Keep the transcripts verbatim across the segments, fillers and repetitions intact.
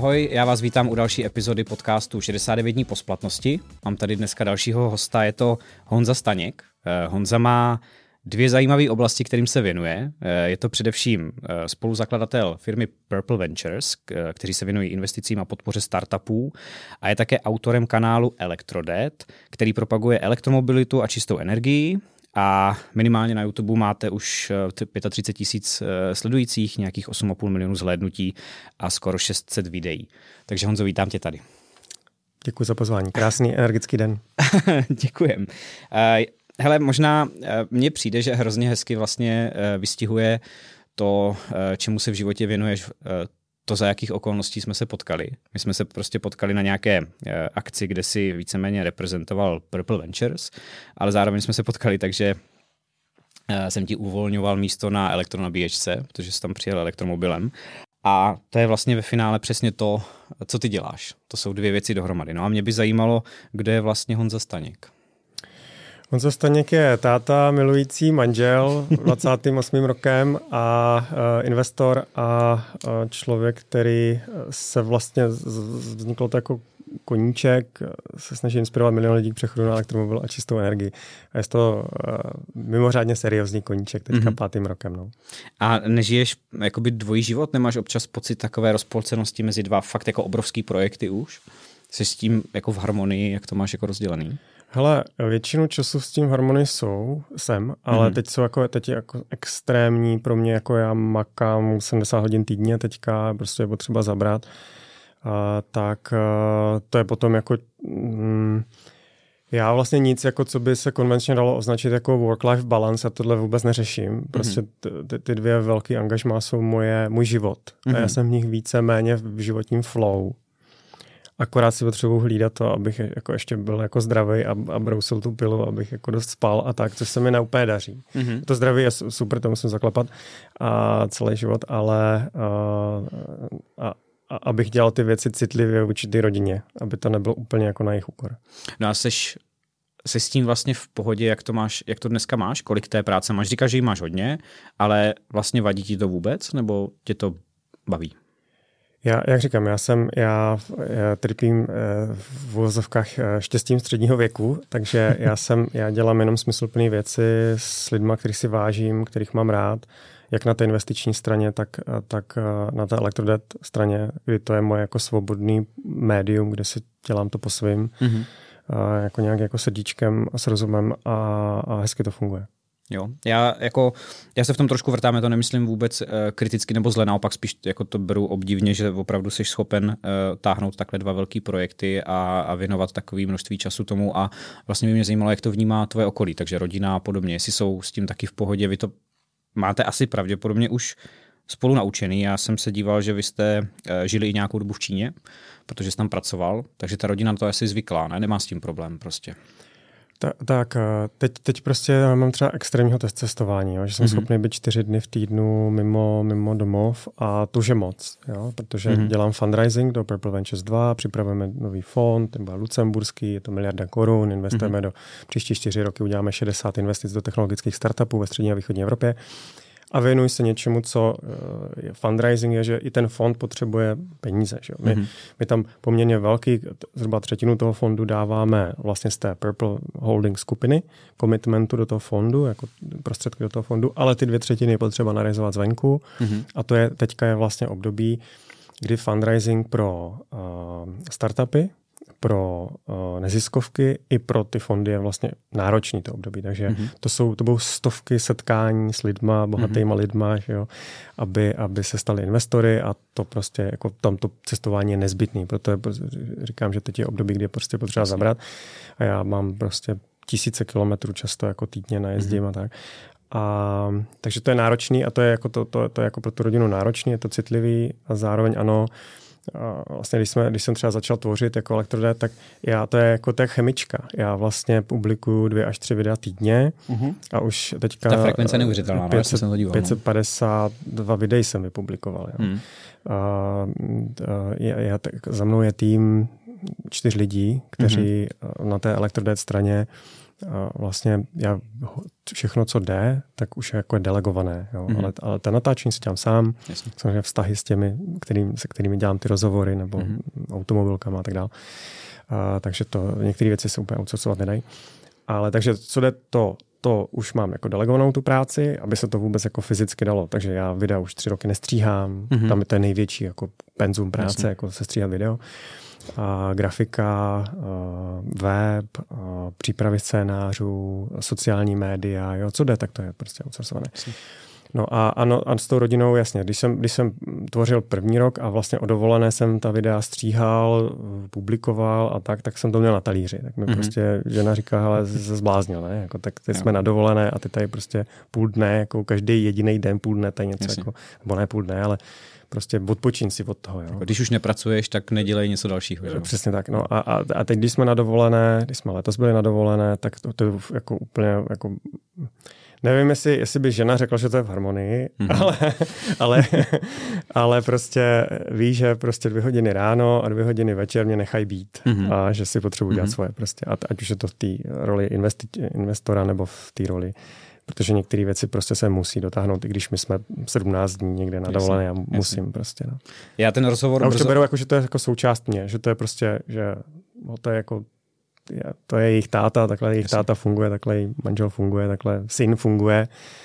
Ahoj, já vás vítám u další epizody podcastu šedesát devět dní po splatnosti. Mám tady dneska dalšího hosta, je to Honza Staněk. Honza má dvě zajímavé oblasti, kterým se věnuje. Je to především spoluzakladatel firmy Purple Ventures, kteří se věnují investicím a podpoře startupů, a je také autorem kanálu Electrodad, který propaguje elektromobilitu a čistou energii. A minimálně na YouTube máte už třicet pět tisíc sledujících, nějakých osm a půl milionu zhlédnutí a skoro šest set videí. Takže Honzo, vítám tě tady. Děkuji za pozvání. Krásný energický den. Děkujem. Hele, možná mně přijde, že hrozně hezky vlastně vystihuje to, čemu se v životě věnuješ, to, za jakých okolností jsme se potkali. My jsme se prostě potkali na nějaké akci, kde si víceméně reprezentoval Purple Ventures, ale zároveň jsme se potkali, takže jsem ti uvolňoval místo na elektronabíječce, protože jsi tam přijel elektromobilem. A to je vlastně ve finále přesně to, co ty děláš. To jsou dvě věci dohromady. No a mě by zajímalo, kdo je vlastně Honza Staněk. Honza Staněk je táta, milující manžel, dvacátým osmým rokem a uh, investor a uh, člověk, který se vlastně vznikl to jako koníček, se snaží inspirovat milion lidí k přechodu na elektromobil a čistou energii. A je to uh, mimořádně seriózní koníček teďka mm-hmm. pátým rokem. No. A nežiješ jakoby dvojí život? Nemáš občas pocit takové rozpolcenosti mezi dva fakt jako obrovský projekty už? Jsi s tím jako v harmonii, jak to máš jako rozdělený? Hele, většinu času s tím harmonii jsou, jsem, ale mm. teď jsou jako, teď je jako extrémní pro mě, jako já makám sedmdesát hodin týdně teďka, prostě je potřeba zabrat, a, tak a, to je potom jako, mm, já vlastně nic, jako co by se konvenčně dalo označit jako work-life balance, a tohle vůbec neřeším, prostě ty, ty dvě velký angažmá jsou moje, můj život mm. a já jsem v nich více méně v životním flow. Akorát si potřebuji hlídat to, abych jako ještě byl jako zdravý a, a brousil tu pilu, abych jako dost spal a tak, což se mi neúplně daří. Mm-hmm. To zdraví je super, to musím zaklepat a celý život, ale a, a, a, abych dělal ty věci citlivě vůči té rodině, aby to nebylo úplně jako na jejich úkor. No a seš, jsi s tím vlastně v pohodě, jak to máš, jak to dneska máš, kolik té práce máš? Říkáš, že jí máš hodně, ale vlastně vadí ti to vůbec, nebo tě to baví? Já, jak říkám, já jsem, já, já trpím v uvozovkách štěstím středního věku, takže já jsem, já dělám jenom smysluplné věci s lidma, kterých si vážím, kterých mám rád, jak na té investiční straně, tak, tak na té Electrodad straně, kdy to je moje jako svobodný médium, kde si dělám to po svým, mm-hmm. jako nějak jako srdíčkem a s rozumem a, a hezky to funguje. Jo, já, jako, já se v tom trošku vrtám, já to nemyslím vůbec uh, kriticky nebo zle, naopak spíš jako to beru obdivně, že opravdu jsi schopen uh, táhnout takhle dva velký projekty a, a věnovat takové množství času tomu, a vlastně by mě zajímalo, jak to vnímá tvoje okolí, takže rodina a podobně, jestli jsou s tím taky v pohodě, vy to máte asi pravděpodobně už spolu naučený. Já jsem se díval, že vy jste uh, žili i nějakou dobu v Číně, protože jsi tam pracoval, takže ta rodina na to asi zvyklá, ne? Nemá s tím problém prostě. Ta, tak, teď, teď prostě mám třeba extrémního test cestování, jo, že jsem mm-hmm. schopný být čtyři dny v týdnu mimo, mimo domov a to už je moc, jo, protože mm-hmm. dělám fundraising do Purple Ventures dva, připravujeme nový fond, ten byl lucemburský, je to miliarda korun, investujeme mm-hmm. do příští čtyři roky, uděláme šedesát investic do technologických startupů ve střední a východní Evropě. A věnuji se něčemu, co je fundraising, je, že i ten fond potřebuje peníze. Že? My, mm-hmm. my tam poměrně velký, zhruba třetinu toho fondu dáváme vlastně z té Purple Holding skupiny, commitmentu do toho fondu, jako prostředky do toho fondu, ale ty dvě třetiny je potřeba narealizovat zvenku. Mm-hmm. A to je teďka je vlastně období, kdy fundraising pro uh, startupy, pro uh, neziskovky i pro ty fondy je vlastně náročný to období. Takže mm-hmm. to jsou to budou stovky setkání s lidma, bohatýma mm-hmm. lidma, že jo, aby, aby se stali investory, a to prostě jako tamto cestování je nezbytný. Proto je, říkám, že teď je období, kdy je prostě potřeba zabrat, a já mám prostě tisíce kilometrů často jako týdně najezdím mm-hmm. a tak. A, takže to je náročný, a to je jako, to, to, to je jako pro tu rodinu náročný, je to citlivý, a zároveň ano, a vlastně když, jsme, když jsem třeba začal tvořit jako Electrodad, tak já to je jako tak chemička. Já vlastně publikuju dvě až tři videa týdně uh-huh. a už teďka ta frekvence neuvěřitelná, pět set, no, pět set padesát dva videí jsem vypublikoval. Hmm. A, a, je, je, za mnou je tým čtyř lidí, kteří uh-huh. na té Electrodad straně a vlastně já všechno, co jde, tak už je jako delegované. Jo? Mm-hmm. Ale, ale ta natáčení si dělám sám, Jasně. samozřejmě vztahy s těmi, kterým, se kterými dělám ty rozhovory, nebo mm-hmm. automobilkama a tak dále. A, takže to některé věci se úplně outsourcovat nedají. Ale takže co jde, to, to už mám jako delegovanou tu práci, aby se to vůbec jako fyzicky dalo. Takže já videa už tři roky nestříhám, mm-hmm. tam je to největší jako penzum práce, Jasně. jako se stříhat video. A grafika, web, přípravy scénářů, sociální média, jo, co jde, tak to je prostě outsourcované. No a, ano, a s tou rodinou, jasně, když jsem, když jsem tvořil první rok a vlastně o dovolené jsem ta videa stříhal, publikoval a tak, tak jsem to měl na talíři. Tak mi mm-hmm. prostě žena říká, hele, se zbláznil, ne? Jako, tak teď jsme na dovolené a ty tady prostě půl dne, jako každý jediný den půl dne, tady něco jasně. jako, nebo ne půl dne, ale prostě odpočin si od toho. Jo. Když už nepracuješ, tak nedělej něco dalšího. Že? Přesně tak. No a, a, a teď, když jsme na dovolené, když jsme letos byli na dovolené, tak to, to jako úplně jako... Nevím, jestli, jestli by žena řekla, že to je v harmonii, mm-hmm. ale, ale, ale prostě ví, že prostě dvě hodiny ráno a dvě hodiny večer mě nechají být mm-hmm. a že si potřebuji dělat mm-hmm. svoje prostě. A ať už je to v té roli investi- investora nebo v té roli, protože některé věci prostě se musí dotáhnout, i když my jsme sedmnáct dní někde na dovolené, já musím jasně. prostě. No. Já ten rozhovor... A už brzo... to beru jako, že to je jako součást mě, že to je prostě, že no, to je jako to je jejich táta, takhle jejich táta funguje, takhle jejich manžel funguje, takhle syn funguje.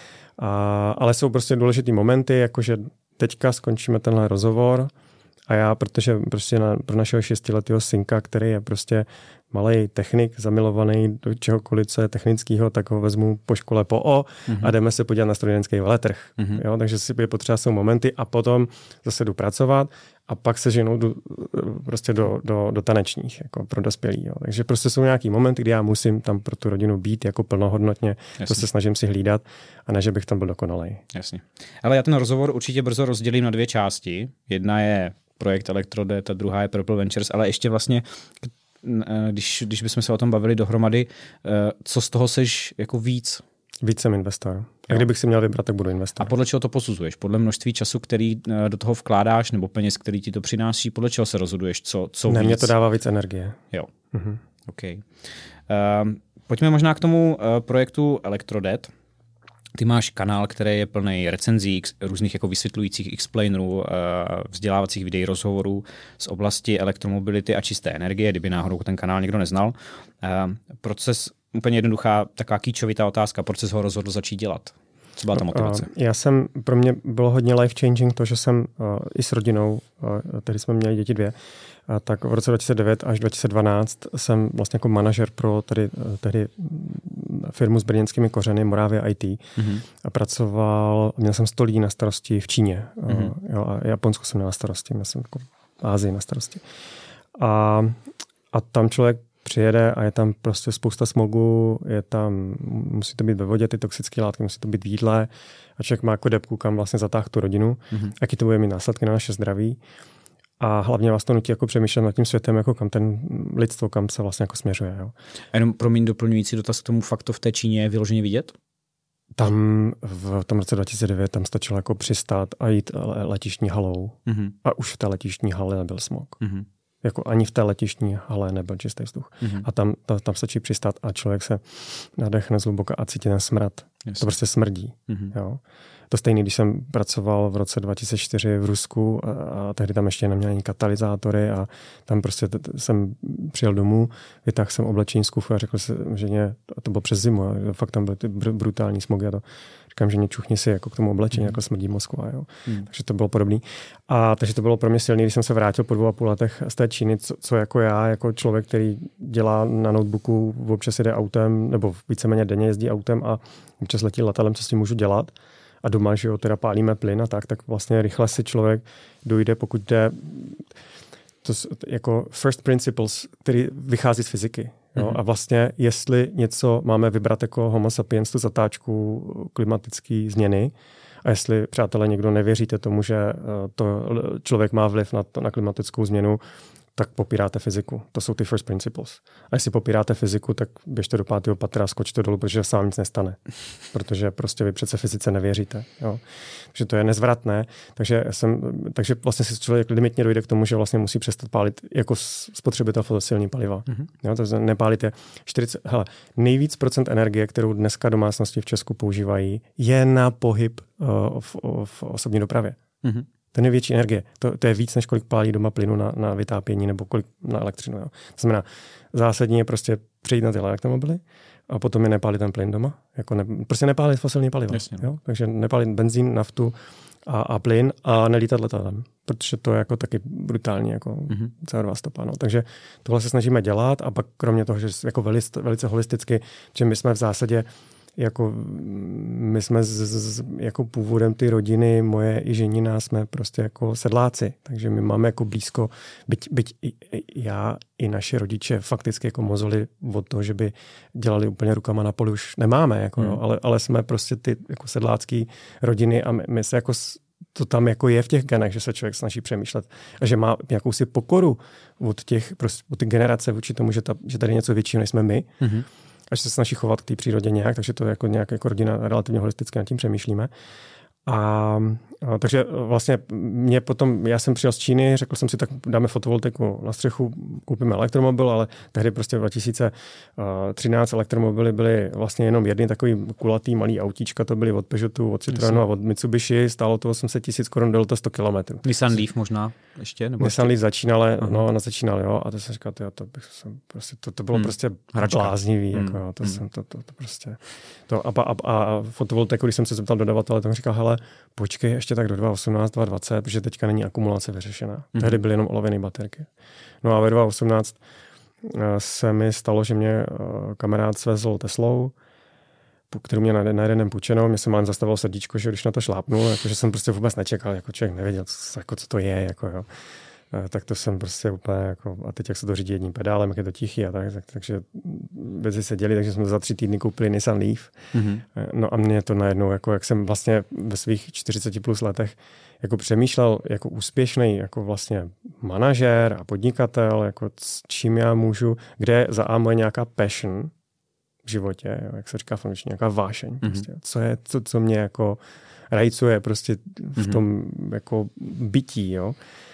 A, ale jsou prostě důležitý momenty, jakože teďka skončíme tenhle rozhovor a já, protože prostě na, pro našeho šestiletého synka, který je prostě malej technik, zamilovaný do čehokoliv, co je technického, tak ho vezmu po škole po O mm-hmm. a jdeme se podívat na strojírenský veletrh. Mm-hmm. Jo, takže si je potřeba jsou momenty a potom zase jdu pracovat a pak se ženou do, prostě do, do, do tanečních, jako pro dospělí. Jo. Takže prostě jsou nějaký momenty, kdy já musím tam pro tu rodinu být jako plnohodnotně. Jasně. To se snažím si hlídat a ne, že bych tam byl dokonalej. Jasně. Ale já ten rozhovor určitě brzo rozdělím na dvě části. Jedna je projekt Electrodet, ta druhá je Purple Ventures, ale ještě vlastně Když, když bychom se o tom bavili dohromady, co z toho seš jako víc? Víc jsem investor. A jo. Kdybych si měl vybrat, tak budu investor. A podle čeho to posuzuješ? Podle množství času, který do toho vkládáš, nebo peněz, který ti to přináší? Podle čeho se rozhoduješ? Co, co ne, víc? Mně to dává víc energie. Jo. Mhm. OK. Uh, pojďme možná k tomu uh, projektu Electrodet. Ty máš kanál, který je plný recenzí, různých jako vysvětlujících explainerů, vzdělávacích videí, rozhovorů z oblasti elektromobility a čisté energie, kdyby náhodou ten kanál někdo neznal. Proces, úplně jednoduchá, taková kýčovitá otázka, proč jsi ho rozhodl začít dělat? Co byla ta motivace? Já jsem, pro mě bylo hodně life-changing to, že jsem uh, i s rodinou, uh, tehdy jsme měli děti dvě, uh, tak v roce dva tisíce devět až dva tisíce dvanáct jsem vlastně jako manažer pro tady, uh, tehdy firmu s brněnskými kořeny Moravia í té mm-hmm. a pracoval, měl jsem sto lidí na starosti v Číně. Mm-hmm. Uh, jo, a Japonsku jsem měl na starosti, měl jsem jako Ázii na starosti. A, a tam člověk přijede a je tam prostě spousta smogu, je tam, musí to být ve vodě, ty toxické látky, musí to být v jídle a člověk má jako debku, kam vlastně zatáhnout tu rodinu, mm-hmm. jaký to bude mít následky na naše zdraví a hlavně vás to nutí jako přemýšlet nad tím světem, jako kam ten lidstvo, kam se vlastně jako směřuje. Jo. A jenom promiň doplňující dotaz k tomu faktu v té Číně je vyloženě vidět? Tam v tom roce dva tisíce devět tam stačilo jako přistát a jít letištní halou mm-hmm. a už v té letištní hale nebyl smog. Mm-hmm. Jako ani v té letištní hale nebyl čistý vzduch. Mm-hmm. A tam, ta, tam stačí přistát a člověk se nadechne zhluboka a cítí ten smrad. Yes. To prostě smrdí. Mm-hmm. Jo. To stejný, když jsem pracoval v roce dva tisíce čtyři v Rusku a, a tehdy tam ještě neměl ani katalyzátory a tam prostě t- t- jsem přijel domů, vytáhl jsem oblečení z kufu a řekl jsem ženě, a to bylo přes zimu, a fakt tam byly ty br- brutální smogy a to říkám, že mě čuchni si jako k tomu oblečení, mm. jako smrdí Moskva. Jo. Mm. Takže to bylo podobný. A takže to bylo pro mě silný, když jsem se vrátil po dvou a půl letech z té Číny, co, co jako já, jako člověk, který dělá na notebooku, občas jede autem, nebo víceméně denně jezdí autem a občas letí letadlem, co s tím můžu dělat. A doma, že jo, teda pálíme plyn a tak, tak vlastně rychle si člověk dojde, pokud jde to jako first principles, který vychází z fyziky. Jo? Mm-hmm. A vlastně, jestli něco máme vybrat jako homo sapiens, tu zatáčku klimatické změny, a jestli, přátelé, někdo nevěříte tomu, že to člověk má vliv na, to, na klimatickou změnu, tak popíráte fyziku. To jsou ty first principles. A jestli popíráte fyziku, tak běžte do pátého patra, skočte dolů, protože se vám nic nestane. Protože prostě vy přece fyzice nevěříte. Jo. Takže to je nezvratné. Takže, jsem, takže vlastně si člověk limitně dojde k tomu, že vlastně musí přestat pálit jako spotřebitel fosilní paliva. Mm-hmm. Jo, to nepálíte čtyřicet, hele, nejvíc procent energie, kterou dneska domácnosti v Česku používají, je na pohyb uh, v, v osobní dopravě. Mm-hmm. To je větší energie. To, to je víc, než kolik pálí doma plynu na, na vytápění nebo kolik na elektřinu. Jo. To znamená, zásadní je prostě přejít na ty elektromobily a potom je nepálit ten plyn doma. Jako ne, prostě nepálit fosilní paliva. Jo. Takže nepálit benzín, naftu a, a plyn a nelítat letadlem. Protože to je jako taky brutální jako mm-hmm. C O dva stopa. No. Takže tohle se snažíme dělat a pak kromě toho, že jako velice, velice holisticky, že my jsme v zásadě jako my jsme z, z, jako původem ty rodiny, moje i ženina, jsme prostě jako sedláci, takže my máme jako blízko, byť, byť i, i já i naše rodiče fakticky jako mozoli od toho, že by dělali úplně rukama na poli, už nemáme, jako, hmm. jo, ale, ale jsme prostě ty jako sedlácký rodiny a my, my se jako to tam jako je v těch genech, že se člověk snaží přemýšlet a že má jakousi pokoru od těch, prostě, od ty generace vůči tomu, že, ta, že tady je něco většího, než jsme my. Hmm. Až se snaží chovat k té přírodě nějak, takže to je jako nějak jako rodina relativně holisticky, nad tím přemýšlíme. A, a takže vlastně mě potom, já jsem přijel z Číny, řekl jsem si, tak dáme fotovoltaiku na střechu, koupíme elektromobil, ale tehdy prostě v dva tisíce třináct elektromobily byly vlastně jenom jedny takový kulatý malý autíčka, to byly od Peugeotu, od Citroenu a od Mitsubishi, stálo to osm set tisíc korun, dalo to sto kilometrů. Nissan Leaf možná ještě? Nebo Nissan ještě? Leaf začínal, no, no začínal, jo, a to jsem říkal, tyjo, to, bych jsem, prostě, to, to bylo hmm. prostě bláznivý, hmm. jako, jo, to, hmm. jsem, to, to, to prostě. To, a, a, a fotovoltaiku, když jsem se zeptal dodavatele, tak říkal, hele, počkej ještě tak do dva tisíce osmnáct, dva tisíce dvacet, protože teďka není akumulace vyřešená. Mm-hmm. Tehdy byly jenom olověné baterky. No a ve dva tisíce osmnáct se mi stalo, že mě kamarád svezl Teslou, kterou mě na jeden půjčenou, mě se málem zastavilo srdíčko, že když na to šlápnul, jako, že jsem prostě vůbec nečekal, jako člověk nevěděl, co, jako, co to je, jako, jo. Tak to jsem prostě úplně jako, a teď jak se to řídí jedním pedálem, jak je to tichý a tak, tak takže věci se děli, takže jsme za tři týdny koupili Nissan Leaf. Mm-hmm. No a mě to najednou, jako jak jsem vlastně ve svých čtyřiceti plus letech jako přemýšlel jako úspěšný jako vlastně manažér a podnikatel, jako s čím já můžu, kde za A moje nějaká passion v životě, jo, jak se říká v angličtině, nějaká vášeň. Mm-hmm. Prostě, co je, co, co mě jako rajcuje prostě v tom mm-hmm. jako bytí, jo.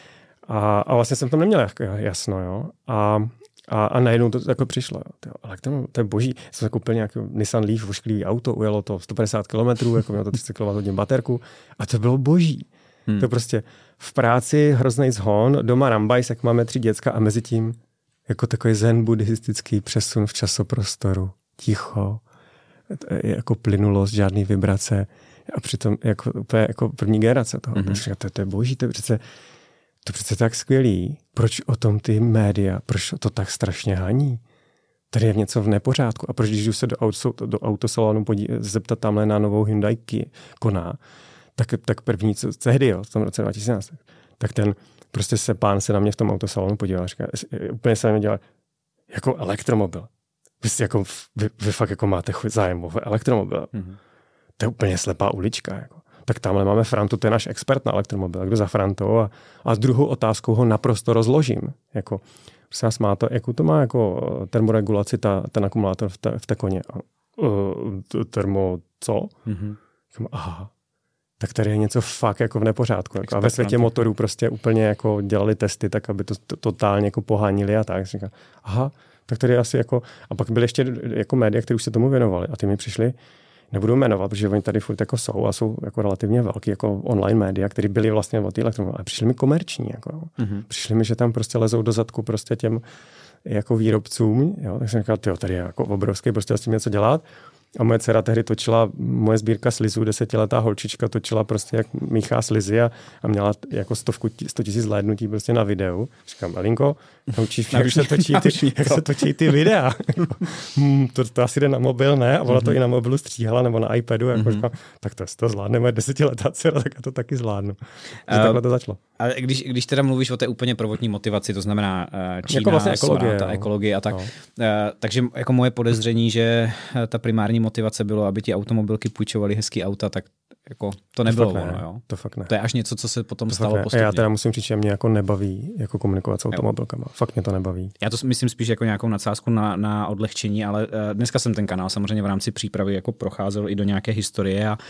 A, a vlastně jsem tam neměl jasno, jo. A, a, a najednou to jako přišlo, jo. Tyjo, ale to, to je boží. Jsem koupil nějaký Nissan Leaf, vošklivý auto, ujelo to sto padesát kilometrů, jako mělo to třicet kilowatthodin baterku a to bylo boží. Hmm. To prostě v práci hrozný zhon, doma rambajs, jak máme tři děcka a mezi tím jako takový zen buddhistický přesun v časoprostoru. Ticho, jako plynulost, žádný vibrace a přitom jako, úplně jako první generace toho. Mm-hmm. To, to je boží, to je přece To přece tak skvělý. Proč o tom ty média, proč to tak strašně haní? Tady je něco v nepořádku. A proč, když jdu se do, auto, do autosalonu podí, zeptat tamhle na novou Hyundai Kona, tak, tak první, co tehdy, jo, v tom roce dva tisíce jedenáct, tak ten prostě se pán se na mě v tom autosalonu podíval a říká, úplně se na mě dělal jako elektromobil. Vy, jako, vy, vy fakt jako máte zájem o elektromobil. Mm-hmm. To je úplně slepá ulička, jako. Tak tamhle máme Frantu, to je náš expert na elektromobil, kdo za Frantou a, a s druhou otázkou ho naprosto rozložím. Jako, prosím vás, má to, jakou to má jako termoregulaci ta, ten akumulátor v té, v té koně? Uh, termo co? Mm-hmm. Aha, tak tady je něco fakt jako v nepořádku. Jako. A ve světě motorů prostě úplně jako dělali testy, tak aby to, to totálně jako pohánili a tak. Říkám, aha, tak tady asi jako... A pak byly ještě jako média, které už se tomu věnovali a ty mi přišli, nebudu jmenovat, protože oni tady furt jako jsou a jsou jako relativně velký jako online média, které byly vlastně od té elektromobility. Ale přišli mi komerční. Jako. Mm-hmm. Přišli mi, že tam prostě lezou do zadku prostě těm jako výrobcům. Jo? Tak jsem říkal, tyjo, tady je jako obrovský, prostě s tím něco dělat. A moje dcera tehdy točila, moje sbírka slizů, desetiletá holčička točila prostě, jak míchá slizy a, a měla jako stovku, sto tisíc zhlédnutí prostě na videu. Říkám, Malinko, naučíš mě, jak se točí ty, jak se točí ty videa. hmm, to, to asi jde na mobil, ne? A ona mm-hmm. to i na mobilu stříhala, nebo na iPadu. Jako mm-hmm. říkám, tak to, to zvládne moje desetiletá dcera, tak já to taky zvládnu. Uh, takhle to začalo. Ale když, když teda mluvíš o té úplně prvotní motivaci, to znamená uh, Čína, jako vlastně ekologie, ta ekologie a tak, no. uh, takže jako moje podezření, že ta primární motivace bylo, aby ti automobilky půjčovaly hezký auta, tak jako to nebylo to ono, ne, jo? To fakt ne. To je až něco, co se potom to stalo postupně. Já teda musím říct, že mě jako nebaví jako komunikovat s automobilkama. Jo. Fakt mě to nebaví. Já to myslím spíš jako nějakou nadsázku na, na odlehčení, ale uh, dneska jsem ten kanál samozřejmě v rámci přípravy jako procházel i do nějaké historie a,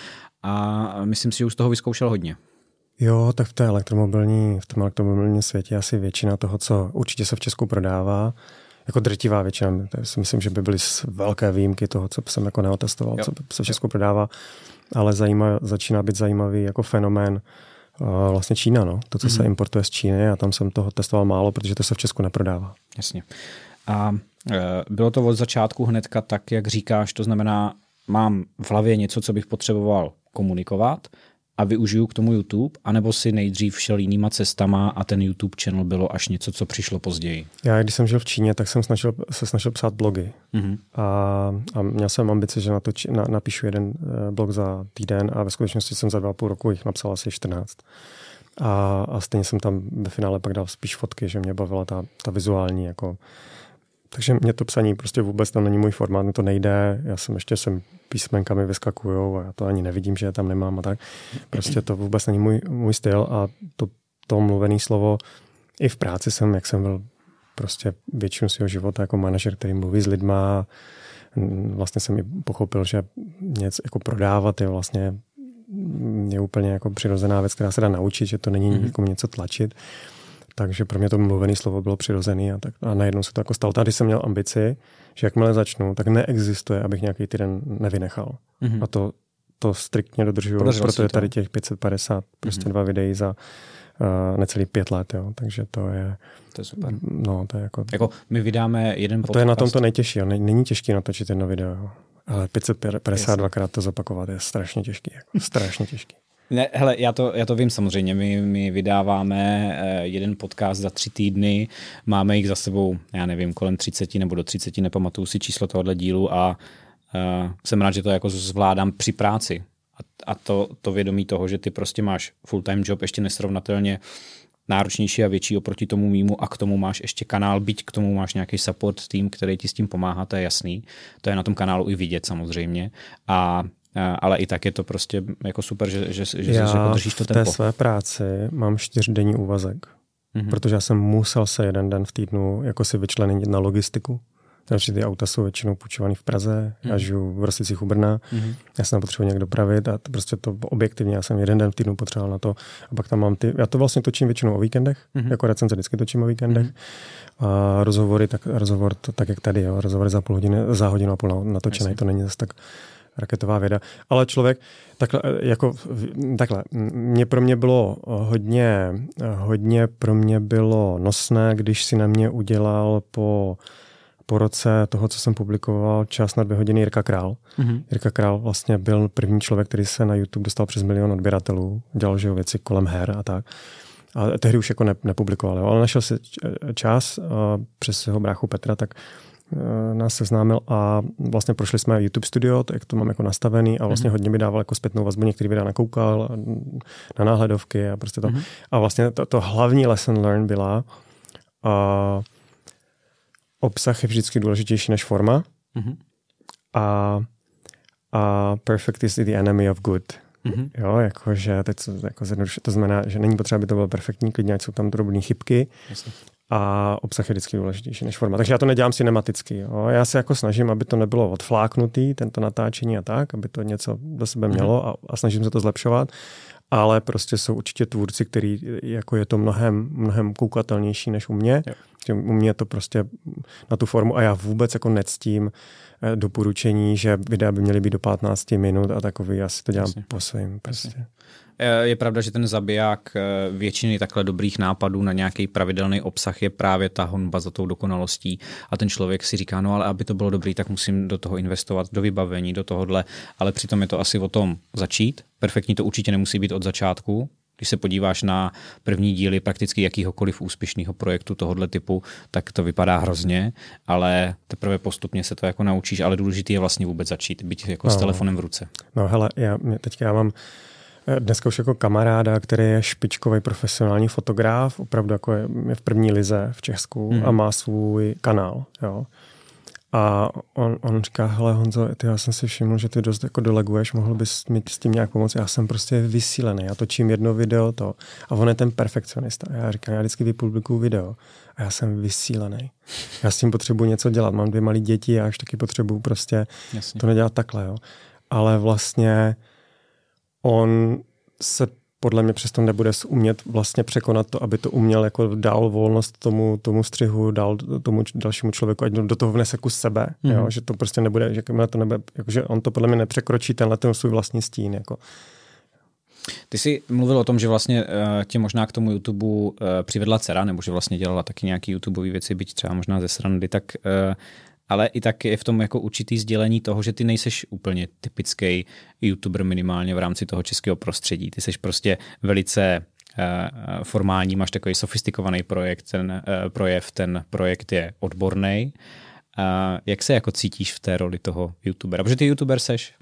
a myslím si, že už z toho vyzkoušel hodně. Jo, tak v té elektromobilní, v tom elektromobilním světě asi většina toho, co určitě se v Česku prodává, jako drtivá většina, si myslím, že by byly velké výjimky toho, co jsem jako neotestoval, jo. co se v Česku jo. prodává, ale zajímá, začíná být zajímavý jako fenomén uh, vlastně Čína, no. To, co mm-hmm. se importuje z Číny, a tam jsem toho testoval málo, protože to se v Česku neprodává. Jasně. A e, bylo to od začátku hnedka tak, jak říkáš, to znamená, mám v hlavě něco, co bych potřeboval komunikovat a využiju k tomu YouTube, anebo si nejdřív šel jinýma cestama a ten YouTube channel bylo až něco, co přišlo později? Já, když jsem žil v Číně, tak jsem snažil, se snažil psát blogy. Mm-hmm. A, a měl jsem ambice, že natoč, na, napíšu jeden blog za týden a ve skutečnosti jsem za dva půl roku jich napsal asi čtrnáct. A, a stejně jsem tam ve finále pak dal spíš fotky, že mě bavila ta, ta vizuální jako. Takže mě to psaní prostě vůbec tam není můj formát, mě to nejde, já jsem ještě sem písmenkami vyskakujou a já to ani nevidím, že je tam nemám a tak. Prostě to vůbec není můj, můj styl a to, to mluvené slovo i v práci jsem, jak jsem byl prostě většinu svého života jako manažer, který mluví s lidma, vlastně jsem i pochopil, že něco jako prodávat je vlastně je úplně jako přirozená věc, která se dá naučit, že to není mm-hmm. nikomu něco tlačit. Takže pro mě to mluvené slovo bylo přirozený a, tak, a najednou se to jako stalo. Tady jsem měl ambici, že jakmile začnu, tak neexistuje, abych nějaký týden nevynechal. Mm-hmm. A to, to striktně dodržuju, Podařilo proto je tady těch pět set padesát, prostě mm-hmm. dva videí za uh, necelý pět let. Jo. Takže to je... To je super. No, to je jako... jako my vydáme jeden podcast. To je na tom to nejtěžší. Jo. Není těžký natočit jedno video. Jo. Ale pět set padesát dvakrát to zopakovat je strašně těžký. Jako. Strašně těžký. Ne, hele, já to, já to vím samozřejmě, my, my vydáváme jeden podcast za tři týdny, máme jich za sebou, já nevím, kolem třiceti nebo do třiceti, nepamatuju si číslo tohohle dílu a uh, jsem rád, že to jako zvládám při práci. A, a to, to vědomí toho, že ty prostě máš full-time job ještě nesrovnatelně náročnější a větší oproti tomu mýmu a k tomu máš ještě kanál, byť k tomu máš nějaký support tým, který ti s tím pomáhá, to je jasný. To je na tom kanálu i vidět samozřejmě a ale i tak je to prostě jako super, že, že, že já se držíš to tempo. Já v té své práci mám čtyřdenní úvazek, mm-hmm. protože já jsem musel se jeden den v týdnu jako si vyčlenit na logistiku. Takže ty auta jsou většinou půjčovaný v Praze, mm-hmm. já žiju v Rosticích u Brna, mm-hmm. já se tam potřebuji nějak dopravit a to prostě to objektivně, já jsem jeden den v týdnu potřeboval na to a pak tam mám ty, já to vlastně točím většinou o víkendech, mm-hmm. jako recenze vždycky točím o víkendech mm-hmm. a rozhovory, tak rozhovor to, tak jak tady, jo, rozhovory za půl hodiny, za hodinu a půl natočený, Jasně. To není zase tak raketová věda. Ale člověk, takhle, jako, takhle, mě pro mě bylo hodně, hodně pro mě bylo nosné, když si na mě udělal po, po roce toho, co jsem publikoval, Čas na dvě hodiny Jirka Král. Mm-hmm. Jirka Král vlastně byl první člověk, který se na YouTube dostal přes milion odběratelů, dělal že věci kolem her a tak. A tehdy už jako ne, nepublikoval, jo. Ale našel si čas přes svého bráchu Petra, tak nás seznámil a vlastně prošli jsme YouTube Studio, jak to mám jako nastavený a vlastně mm-hmm. hodně mi dával jako zpětnou vazbu, některý videa nakoukal na náhledovky a prostě to. Mm-hmm. A vlastně to, to hlavní lesson learn byla uh, obsah je vždycky důležitější než forma mm-hmm. a, a perfect is the enemy of good. Mm-hmm. Jo, jakože teď jako to znamená, že není potřeba, aby to bylo perfektní, klidně ať jsou tam drobné chybky. Jasně. A obsah je vždycky důležitější než forma. Takže já to nedělám cinematicky. Jo. Já se jako snažím, aby to nebylo odfláknutý, tento natáčení a tak, aby to něco do sebe mělo a, a snažím se to zlepšovat. Ale prostě jsou určitě tvůrci, který jako je to mnohem, mnohem koukatelnější než u mě. Jo. U mě je to prostě na tu formu a já vůbec jako nectím doporučení, že videa by měly být do patnáct minut a takový. Já si to dělám Jasně. po svým. Prostě. Jasně. Je pravda, že ten zabiják většiny takhle dobrých nápadů na nějaký pravidelný obsah je právě ta honba za tou dokonalostí a ten člověk si říká, no ale aby to bylo dobrý, tak musím do toho investovat, do vybavení, do tohohle, ale přitom je to asi o tom začít. Perfektní to určitě nemusí být od začátku. Když se podíváš na první díly prakticky jakýhokoliv úspěšného projektu tohohle typu, tak to vypadá hrozně, ale teprve postupně se to jako naučíš, ale důležitý je vlastně vůbec začít, být jako no. s telefonem v ruce. No hele, já, teďka já mám dneska už jako kamaráda, který je špičkový profesionální fotograf, opravdu jako je, je v první lize v Česku hmm. a má svůj kanál. Jo. A on, on říká, hele Honzo, ty, já jsem si všiml, že ty dost jako deleguješ, mohl bys mi s tím nějak pomoct. Já jsem prostě vysílený, já točím jedno video to. A on je ten perfekcionista. Já říkám, já vždycky vypublikuju video a já jsem vysílený. Já s tím potřebuji něco dělat. Mám dvě malé děti a až taky potřebuji prostě Jasně. to nedělat takhle. Jo. Ale vlastně on se podle mě přesto nebude umět vlastně překonat to, aby to uměl jako dál volnost tomu, tomu střihu, dál tomu dalšímu člověku, ať do toho vnese kus sebe, mm. jo? Že to prostě nebude, že, to nebude, jako, že on to podle mě nepřekročí tenhle ten svůj vlastní stín. Jako. Ty jsi mluvil o tom, že vlastně uh, tě možná k tomu YouTube uh, přivedla dcera, nebo že vlastně dělala taky nějaký YouTubeový věci, byť třeba možná ze srandy, tak uh, ale i tak je v tom jako určitý sdělení toho, že ty nejseš úplně typický YouTuber minimálně v rámci toho českého prostředí. Ty seš prostě velice uh, formální, máš takový sofistikovaný projekt, ten uh, projev, ten projekt je odborný. Uh, jak se jako cítíš v té roli toho YouTubera? Protože ty YouTuber seš?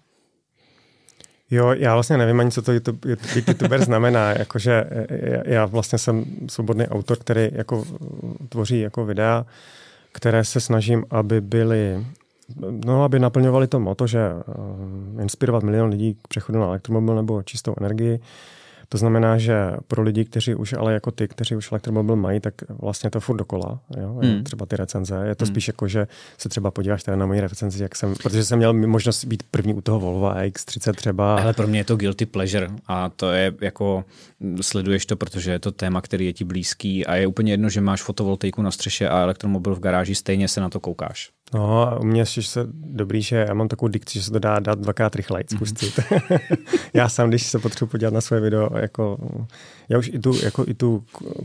Jo, já vlastně nevím ani, co to YouTube, YouTuber znamená. Jakože já vlastně jsem svobodný autor, který jako tvoří jako videa, které se snažím, aby byly, no, aby naplňovali to motto, že uh, inspirovat milion lidí k přechodu na elektromobil nebo čistou energii. To znamená, že pro lidi, kteří už, ale jako ty, kteří už elektromobil mají, tak vlastně to furt dokola. Jo? Hmm. Třeba ty recenze. Je to hmm. spíš jako, že se třeba podíváš tady na moji recenzi, jak jsem, protože jsem měl možnost být první u toho Volvo E X třicet třeba. Ale pro mě je to guilty pleasure a to je jako, sleduješ to, protože je to téma, který je ti blízký a je úplně jedno, že máš fotovoltaiku na střeše a elektromobil v garáži, stejně se na to koukáš. No a u mě je se dobrý, že já mám takovou dikci, že se to dá dát dvakrát rychleji spustit. Mm-hmm. Já sám, když se potřebuji podívat na svoje video, jako, já už i tu, jako, i tu,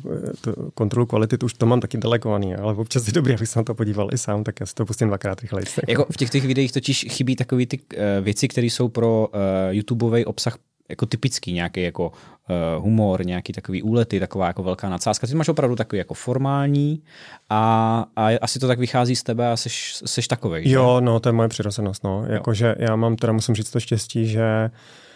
tu kontrolu kvality, už to mám taky delegovaný, ale občas je dobrý, abych se na to podíval i sám, tak já si to pustím dvakrát rychleji. Jako v těch, těch videích totiž chybí takové ty uh, věci, které jsou pro uh, YouTubeový obsah jako typický, nějaký jako uh, humor, nějaký takový úlety, taková jako velká nadsázka. Ty máš opravdu takový jako formální a, a asi to tak vychází z tebe a seš, seš takovej. Jo, že? No, to je moje přirozenost. No. Jakože já mám, teda musím říct to štěstí, že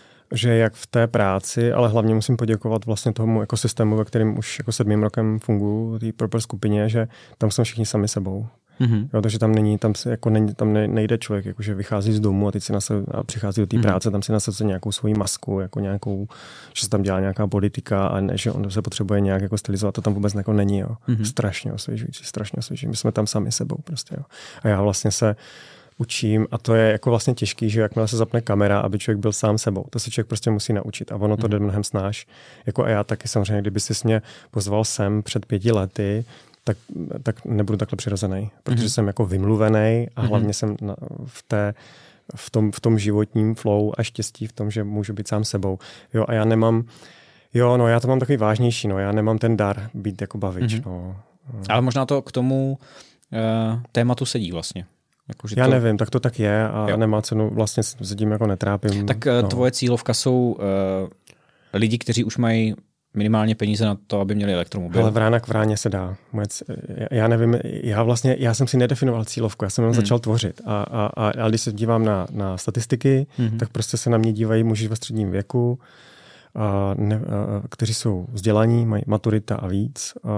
že jak v té práci, ale hlavně musím poděkovat vlastně tomu ekosystému, ve kterém už jako sedmým rokem funguji, té Purple skupině, že tam jsme všichni sami sebou. Mm-hmm. Jo, takže tam není, tam se jako není, tam nejde člověk, jakože vychází z domu a teď si na se, a přichází do té mm-hmm. práce, tam si nasadí nějakou svoji masku, jako nějakou, že se tam dělá nějaká politika a ne, že on se potřebuje nějak jako stylizovat, to tam vůbec jako není, jo. Mm-hmm. Strašně osvěžující, strašně osvěžující. My jsme tam sami sebou prostě, jo. A já vlastně se učím a to je jako vlastně těžký, že jakmile se zapne kamera, aby člověk byl sám sebou. To se člověk prostě musí naučit a ono to jde mnohem snáš. Jako a já taky samozřejmě, kdyby jsi mě pozval sem před pěti lety, tak, tak nebudu takhle přirozený, protože mm-hmm. jsem jako vymluvený a hlavně mm-hmm. jsem na, v té v tom, v tom životním flow a štěstí v tom, že můžu být sám sebou. Jo, a já nemám, jo, no já to mám takový vážnější, no já nemám ten dar být jako bavič, mm-hmm. no. Ale možná to k tomu uh, tématu sedí vlastně. Jako, já to... nevím, tak to tak je a jo. Nemá cenu, vlastně se tím jako netrápím. Tak uh, no. Tvoje cílovka jsou uh, lidi, kteří už mají minimálně peníze na to, aby měli elektromobil. Ale vrána k vráně se dá. Já nevím, já vlastně, já jsem si nedefinoval cílovku, já jsem jenom hmm. začal tvořit. A, a, a, a když se dívám na, na statistiky, hmm. tak prostě se na mě dívají muži ve středním věku, a ne, a, kteří jsou vzdělaní, mají maturita a víc a,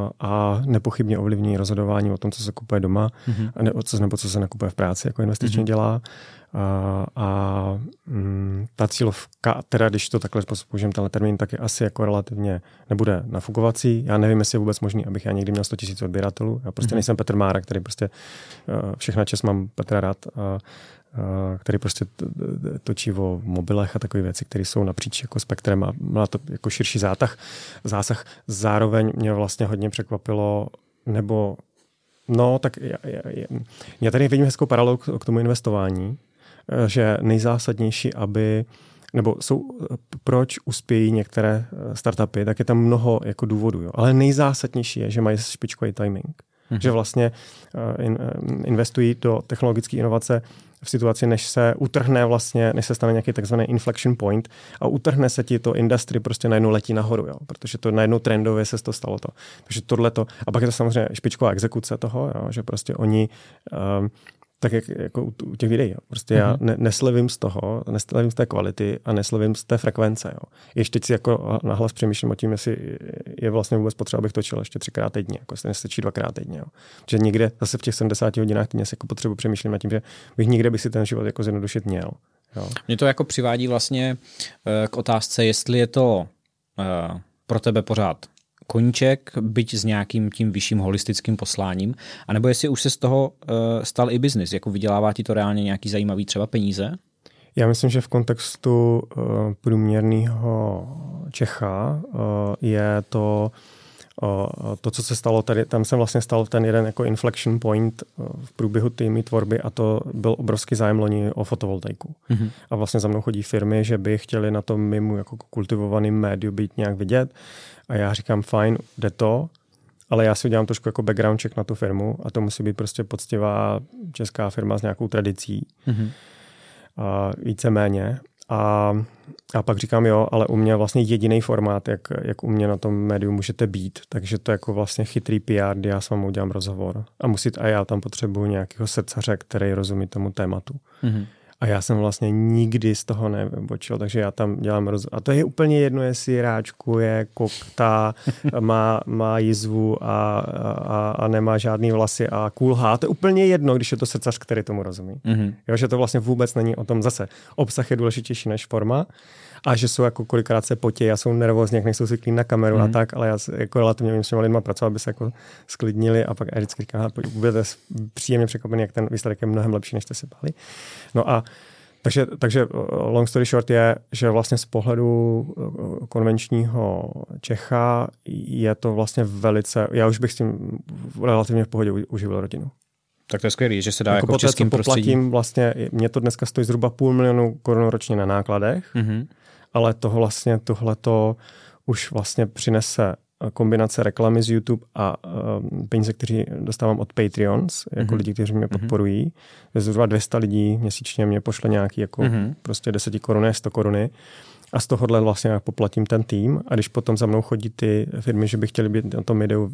a nepochybně ovlivní rozhodování o tom, co se kupuje doma, hmm. a ne, co, nebo co se nakupuje v práci, jako investičně hmm. dělá. A, a mm, ta cílovka, teda když to takhle použijem tenhle termín, tak je asi jako relativně nebude nafukovací. Já nevím, jestli je vůbec možný, abych já někdy měl sto tisíc odběratelů. Já prostě mm-hmm. nejsem Petr Mára, který prostě uh, všechna čas mám Petra rád, uh, uh, který prostě t- t- točí o mobilech a takové věci, které jsou napříč jako spektrem a má to jako širší zátah, zásah. Zároveň mě vlastně hodně překvapilo, nebo no, tak já, já, já, já tady vidím hezkou paralelu k, k tomu investování, že nejzásadnější, aby, nebo jsou, proč uspějí některé startupy, tak je tam mnoho jako důvodů. Jo. Ale nejzásadnější je, že mají špičkový timing. Mm-hmm. Že vlastně uh, in, uh, investují do technologické inovace v situaci, než se utrhne vlastně, než se stane nějaký takzvaný inflection point a utrhne se ti to industry prostě najednou letí nahoru, jo, protože to najednou trendově se to stalo to. Takže tohleto, a pak je to samozřejmě špičková exekuce toho, jo, že prostě oni um, Tak jak, jako u těch videí. Jo. Prostě mm-hmm. já ne, neslevím z toho, neslevím z té kvality a neslevím z té frekvence. Jo. Ještě teď si jako nahlas přemýšlím o tím, jestli je vlastně vůbec potřeba, abych točil ještě třikrát týdně, jako jestli nestačí dvakrát týdně. Jo. Že někde zase v těch sedmdesáti hodinách týdně si jako potřebu přemýšlím nad tím, že bych nikde bych si ten život jako zjednodušit měl. Jo. Mě to jako přivádí vlastně k otázce, jestli je to uh, pro tebe pořád koníček, byť s nějakým tím vyšším holistickým posláním, anebo jestli už se z toho uh, stal i biznis, jako vydělává ti to reálně nějaký zajímavý třeba peníze? Já myslím, že v kontextu uh, průměrného Čecha uh, je to uh, to, co se stalo tady, tam jsem vlastně stal ten jeden jako inflection point uh, v průběhu týmy tvorby a to byl obrovský zájem loni o fotovoltaiku. Mm-hmm. A vlastně za mnou chodí firmy, že by chtěli na tom mimo jako kultivovaným médiu být nějak vidět. A já říkám, fajn, jde to, ale já si udělám trošku jako background check na tu firmu a to musí být prostě poctivá česká firma s nějakou tradicí. Mm-hmm. A víceméně. A, a pak říkám, jo, ale u mě vlastně jediný formát, jak, jak u mě na tom médiu můžete být. Takže to je jako vlastně chytrý P R, kdy já s vámi udělám rozhovor. A musí, a já tam potřebuji nějakého srdcaře, který rozumí tomu tématu. Mm-hmm. A já jsem vlastně nikdy z toho nevybočil, takže já tam dělám roz... A to je úplně jedno, jestli ráčkuje, koktá, má, má jizvu a, a, a nemá žádný vlasy a kulhá. To je úplně jedno, když je to srdcař, který tomu rozumí. Mm-hmm. Jo, že to vlastně vůbec není o tom zase. Obsah je důležitější než forma a že jsou jako kolikrát se potějí a jsou nervózní, jak nejsou zvyklí na kameru mm-hmm. a tak, ale já jako relativně vím s těma lidma pracovat, aby se jako sklidnili a pak já vždycky říkám, budete příjemně překvapený, jak ten výsledek je mnohem lepší, než jste si báli. No a takže, takže long story short je, že vlastně z pohledu konvenčního Čecha je to vlastně velice, já už bych s tím relativně v pohodě uživil rodinu. Tak to je skvělý, že se dá jako, jako v českém prostředí. Vlastně, mě to dneska stojí zhruba půl milionu korun ročně na nákladech, mm-hmm. ale toho vlastně, tohleto už vlastně přinese kombinace reklamy z YouTube a uh, peníze, které dostávám od Patreons, jako mm-hmm. lidi, kteří mě podporují. Mm-hmm. Zhruba dvě stě lidí měsíčně mě pošle nějaký jako mm-hmm. prostě deset koruny, sto koruny. A z tohohle vlastně já poplatím ten tým a když potom za mnou chodí ty firmy, že by chtěli být na tom médiu,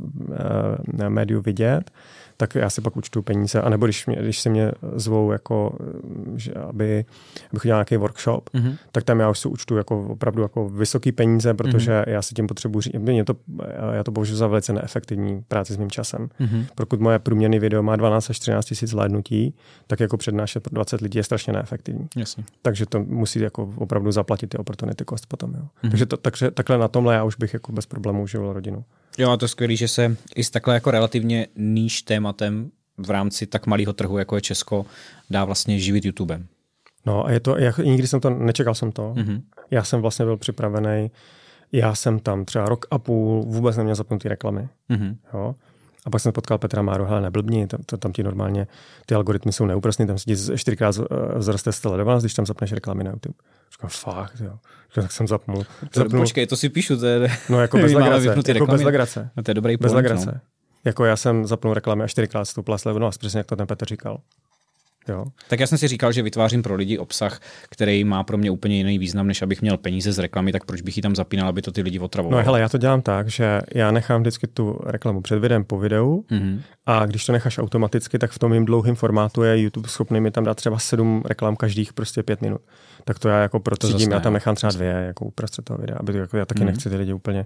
uh, médiu vidět, tak já si pak účtuju peníze. A nebo když, mě, když si mě zvou, jako, že aby, abych udělal nějaký workshop, mm-hmm. tak tam já už si účtuju jako opravdu jako vysoký peníze, protože mm-hmm. já si tím potřebuji říct, to, já to považuji za velice neefektivní práci s mým časem. Mm-hmm. Pokud moje průměrný video má dvanáct až třináct tisíc zhlédnutí, tak jako přednášet pro dvacet lidí je strašně neefektivní. Jasně. Takže to musí jako opravdu zaplatit ty opportunity cost potom. Jo. Mm-hmm. Takže, to, takže takhle na tomhle já už bych jako bez problémů uživil rodinu. Jo, a to je skvělý, že se i s takhle jako relativně níž tématem v rámci tak malého trhu, jako je Česko, dá vlastně živit YouTubem. No a je to, já nikdy jsem to, nečekal jsem to. Mm-hmm. Já jsem vlastně byl připravený, já jsem tam třeba rok a půl vůbec neměl zapnutý reklamy. Mm-hmm. Jo. A pak jsem potkal Petra Máru, hele, neblbni, tam, tam ti normálně, ty algoritmy jsou neúprosný, tam se ti čtyřikrát vzroste sledovanost, když tam zapneš reklamy na YouTube. Říkám, fakt, jo. Říkám, tak jsem zapnul. zapnul. Počkej, to si píšu, to je... No jako bez legrace, jako bez legrace. No, to je dobrý bez point, legrace. No. Jako já jsem zapnul reklamy a čtyřikrát stoupla sledovanost, přesně jak to ten Petr říkal. Jo. Tak já jsem si říkal, že vytvářím pro lidi obsah, který má pro mě úplně jiný význam, než abych měl peníze z reklamy, tak proč bych ji tam zapínal, aby to ty lidi otravovalo? No hele, já to dělám tak, že já nechám vždycky tu reklamu před videem po videu mm-hmm. a když to necháš automaticky, tak v tom mým dlouhým formátu je YouTube schopný mi tam dát třeba sedm reklam každých prostě pět minut. Tak to já jako procídím, já tam nechám třeba dvě jako uprostřed toho videa, aby jako já taky mm-hmm. nechci ty lidi úplně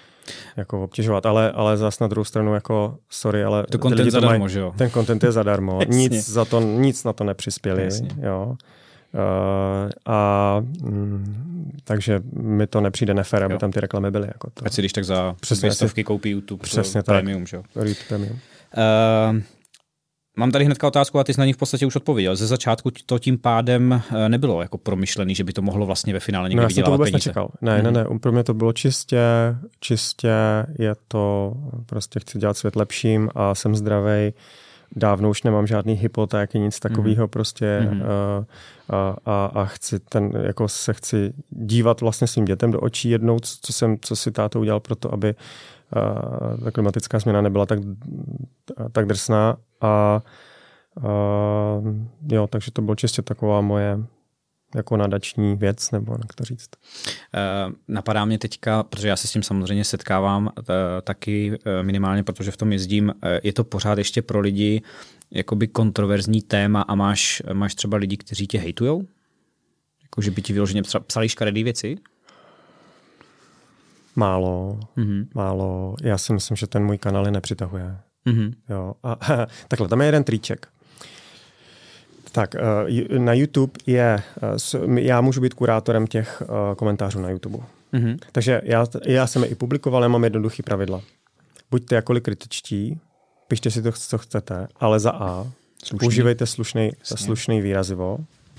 jako obtěžovat, ale, ale zas na druhou stranu jako sorry, ale to content zadarmo, mají, že jo? Ten content je zadarmo, nic, za to, nic na to nepřispěli, jo. Uh, a mm, takže mi to nepřijde nefér, aby tam ty reklamy byly. Jako to. Ať si když tak za dvě stovky koupí YouTube přesně premium, že jo? YouTube premium. Uh, Mám tady hnedka otázku a ty jsi na ní v podstatě už odpověděl. Ze začátku to tím pádem nebylo jako promyšlený, že by to mohlo vlastně ve finále někde no, vydělávat peníze. No já jsem to vůbec nečekal. Ne, mm. ne, ne. Pro mě to bylo čistě, čistě je to, prostě chci dělat svět lepším a jsem zdravej. Dávno už nemám žádný hypotéky, nic takového mm. prostě mm. A, a, a chci ten, jako se chci dívat vlastně svým dětem do očí jednou, co, jsem, co si táto udělal pro to, aby ta klimatická změna nebyla tak, tak drsná. A, a jo, takže to bylo čistě taková moje jako nadační věc, nebo jak to říct. Uh, napadá mě teďka, protože já se s tím samozřejmě setkávám t- taky minimálně, protože v tom jezdím, je to pořád ještě pro lidi jakoby kontroverzní téma a máš, máš třeba lidi, kteří tě hejtujou? Jako, že by ti vyloženě psali škaredý věci? Málo, mm-hmm. málo. Já si myslím, že ten můj kanál je nepřitahuje. Mm-hmm. Jo. A, takhle, tam je jeden triček. Tak, na YouTube je, já můžu být kurátorem těch komentářů na YouTube. Mm-hmm. Takže já, já jsem je i publikoval, já mám jednoduchý pravidla. Buďte jakkoliv kritičtí, pište si to, co chcete, ale za A, slušný. Používejte slušný, slušný výrazivo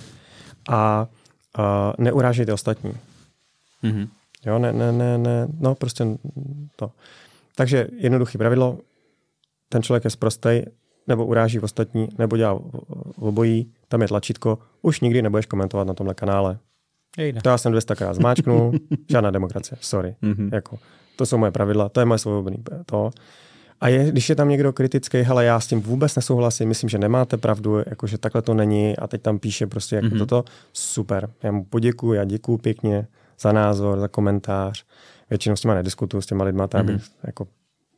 a, a neurážejte ostatní. Mm-hmm. Jo, ne, ne, ne, ne, no prostě to. Takže jednoduchý pravidlo, ten člověk je sprostej, nebo uráží ostatní, nebo dělá obojí, tam je tlačítko, už nikdy nebudeš komentovat na tomhle kanále. Jejde. To já jsem dvěstakrát zmáčknul, žádná demokracie, sorry. Mm-hmm. Jako, to jsou moje pravidla, to je moje svobodný to. A je, když je tam někdo kritický, hele, já s tím vůbec nesouhlasím, myslím, že nemáte pravdu, jakože takhle to není a teď tam píše prostě jako mm-hmm. toto, super. Já mu poděkuju, já děkuju pěkně za názor, za komentář. Většinou s těma nediskutuju, s těma lidma, tak mm-hmm. jako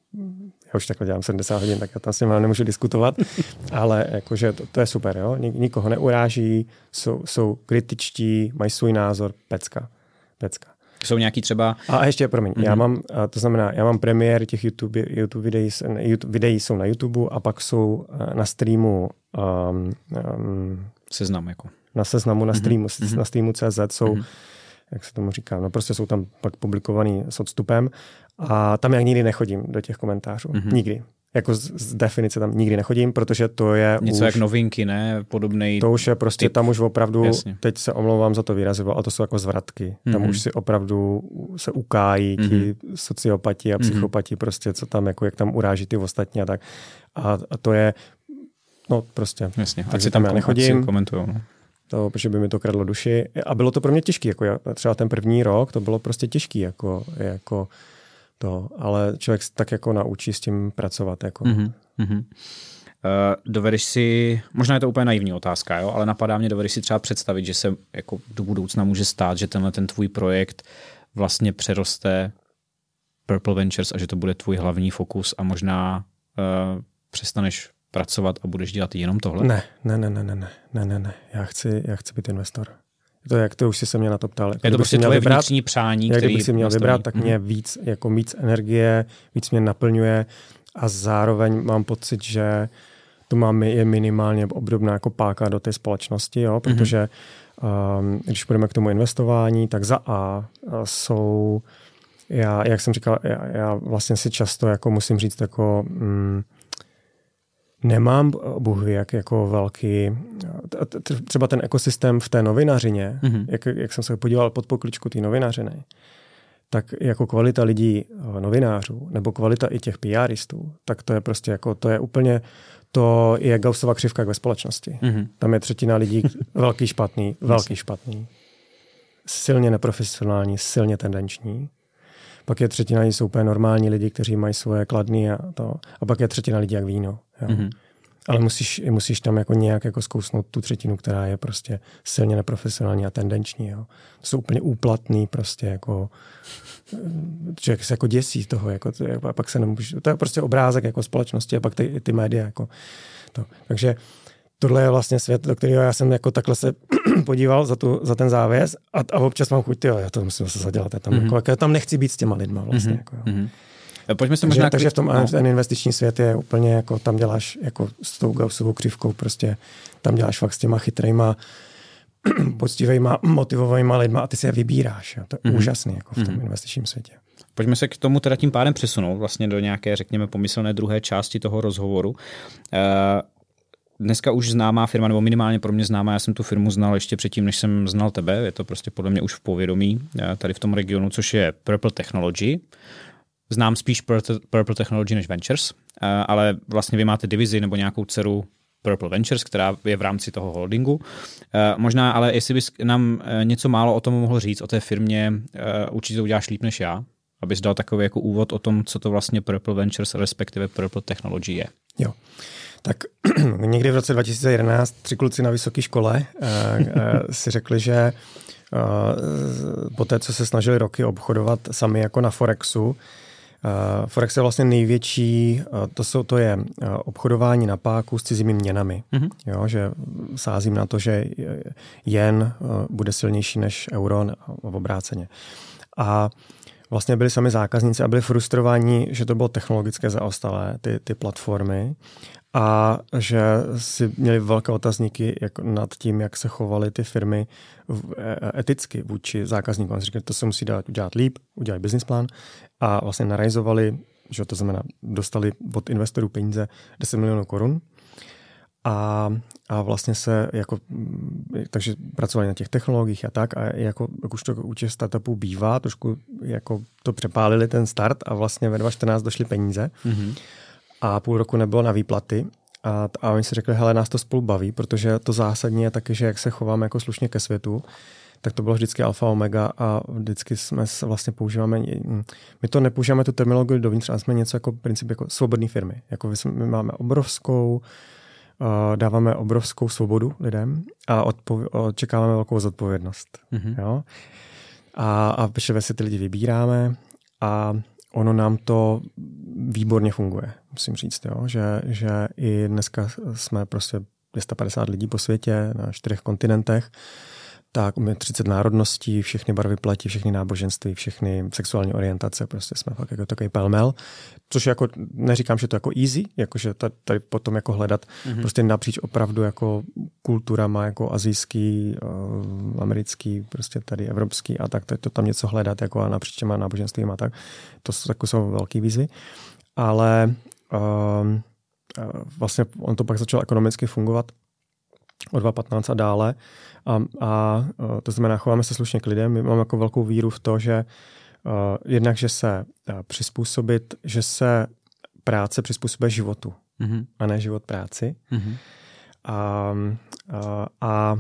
já už takhle dělám sedmdesát hodin, tak já tam s nimi nemůžu diskutovat, ale jakože to, to je super, jo? Nikoho neuráží, jsou, jsou kritičtí, mají svůj názor, pecka, pecka. Jsou nějaký třeba... A ještě, promiň, mm-hmm. já mám, to znamená, já mám premiér těch YouTube, YouTube videí, YouTube videí jsou na YouTube a pak jsou na streamu um, um, Seznam jako. Na seznamu, na streamu, mm-hmm. na streamu C Z jsou mm-hmm. jak se tomu říká, no prostě jsou tam pak publikovaný s odstupem a tam já nikdy nechodím do těch komentářů. Mm-hmm. Nikdy. Jako z, z definice tam nikdy nechodím, protože to je něco už, jak novinky, ne? Podobnej to už je prostě, typ. Tam už opravdu, Jasně. teď se omlouvám za to výrazivo, ale to jsou jako zvratky. Mm-hmm. Tam už si opravdu se ukájí mm-hmm. ti sociopati a psychopati mm-hmm. prostě, co tam, jako jak tam uráží ty ostatní a tak. A, a to je, no prostě. Jasně, ať si tam já nechodím. Komentujou, no. To, protože by mi to kradlo duši. A bylo to pro mě těžké. Jako já, třeba ten první rok, to bylo prostě těžké. Jako, jako to, ale člověk tak jako naučí s tím pracovat. Jako. Mm-hmm. Uh, dovedeš si, možná je to úplně naivní otázka, jo, ale napadá mě, dovedeš si třeba představit, že se jako do budoucna může stát, že tenhle ten tvůj projekt vlastně přeroste Purple Ventures a že to bude tvůj hlavní fokus a možná uh, přestaneš pracovat a budeš dělat jenom tohle? Ne, ne, ne, ne, ne, ne, ne, ne. Já chci, já chci být investor. To jak to už si se mě na to ptal. Je to prostě tvoje vnitřní přání, který kdybych si měl nastaví. Vybrat, tak mm. mě víc, jako víc energie, víc mě naplňuje a zároveň mám pocit, že to máme je minimálně obdobná jako páka do té společnosti, jo, protože mm. um, když půjdeme k tomu investování, tak za A jsou, já, jak jsem říkal, já, já vlastně si často jako musím říct jako mm, nemám, Bůh ví, jak jako velký, třeba ten ekosystém v té novinařině, mm-hmm. jak, jak jsem se podíval pod pokličku té novinařiny, tak jako kvalita lidí, novinářů, nebo kvalita i těch PRistů, tak to je prostě jako, to je úplně, to je Gaussova křivka ve společnosti. Mm-hmm. Tam je třetina lidí velký špatný, velký špatný, silně neprofesionální, silně tendenční. Pak je třetina lidí, jsou úplně normální lidi, kteří mají svoje kladný a to. A pak je třetina lidí jak víno. Jo. Mm-hmm. Ale musíš, musíš tam jako nějak jako zkousnout tu třetinu, která je prostě silně neprofesionální a tendenční. Jo. To jsou úplně úplatný prostě jako člověk se jako děsí toho. Jako, a pak se nemůže, to je prostě obrázek jako společnosti a pak ty, ty média. Jako to. Takže tohle je vlastně svět, do kterého já jsem jako takhle se podíval za, tu, za ten závěs a, a občas mám chuť, jo, já to musím se zadělat. Já tam, mm-hmm. jako, já tam nechci být s těma lidma vlastně. Mm-hmm. Jako, jo. Mm-hmm. Pojďme se takže, možná... takže v tom no. ten investiční svět je úplně jako, tam děláš jako s tou Gaussovou křivkou, prostě tam děláš fakt s těma chytrejma, poctivejma, motivovanýma lidma a ty si je vybíráš. Jo. To je mm-hmm. úžasný jako v tom mm-hmm. investičním světě. Pojďme se k tomu teda tím pádem přesunout vlastně do nějaké, řekněme, pomyslné druhé části toho rozhovoru. Uh, Dneska už známá firma, nebo minimálně pro mě známá, já jsem tu firmu znal ještě předtím, než jsem znal tebe, je to prostě podle mě už v povědomí tady v tom regionu, což je Purple Technology. Znám spíš Purple Technology než Ventures, ale vlastně vy máte divizi nebo nějakou dceru Purple Ventures, která je v rámci toho holdingu. Možná, ale jestli bys nám něco málo o tom mohl říct, o té firmě, určitě to uděláš líp než já, abys dal takový jako úvod o tom, co to vlastně Purple Ventures, respektive Purple Technology je. Jo. Tak někdy v roce dva tisíce jedenáct tři kluci na vysoké škole uh, uh, si řekli, že uh, po té, co se snažili roky obchodovat sami jako na Forexu, Forex je vlastně největší, to, jsou, to je obchodování na páku s cizími měnami. Mm-hmm. Jo, že sázím na to, že jen bude silnější než euro v obráceně. A vlastně byli sami zákazníci a byli frustrovaní, že to bylo technologicky zaostalé, ty, ty platformy, a že si měli velké otazníky jak nad tím, jak se chovaly ty firmy eticky vůči zákazníkům. On si říkal, to se musí dát, udělat líp, udělat business plán a vlastně narajzovali, že to znamená, dostali od investorů peníze deset milionů korun a, a vlastně se jako, takže pracovali na těch technologiích a tak a jako, jak už to u těch startupů bývá, trošku jako to přepálili ten start a vlastně ve dva tisíce čtrnáct došly peníze. Mm-hmm. A půl roku nebylo na výplaty a, a oni si řekli, hele, nás to spolu baví, protože to zásadní je taky, že jak se chováme jako slušně ke světu, tak to bylo vždycky alfa omega a vždycky jsme vlastně používáme, my to nepoužíváme tu terminologii dovnitř, ale jsme něco jako princip jako svobodné firmy. Jako my máme obrovskou, dáváme obrovskou svobodu lidem a odpov- očekáváme velkou zodpovědnost. Mm-hmm. Jo? A, a pečlivě si ty lidi vybíráme a ono nám to výborně funguje, musím říct, jo? Že, že i dneska jsme prostě dvě stě padesát lidí po světě na čtyřech kontinentech, tak máme třicet národností, všechny barvy pleti, všechny náboženství, všechny sexuální orientace, prostě jsme fakt jako takový pelmel, což jako, neříkám, že to jako easy, jakože tady potom jako hledat mm-hmm. prostě napříč opravdu jako kulturama, jako asijský, uh, americký, prostě tady evropský a tak, to, to tam něco hledat jako a napříč těma náboženstvíma a tak, to jsou, jako jsou velký výzvy, ale uh, vlastně on to pak začal ekonomicky fungovat od dva tisíce patnáct a dále. A, a to znamená, chováme se slušně k lidem. My máme jako velkou víru v to, že uh, jednak, že se uh, přizpůsobit, že se práce přizpůsobuje životu mm-hmm. a ne život práci. Mm-hmm. A, a, a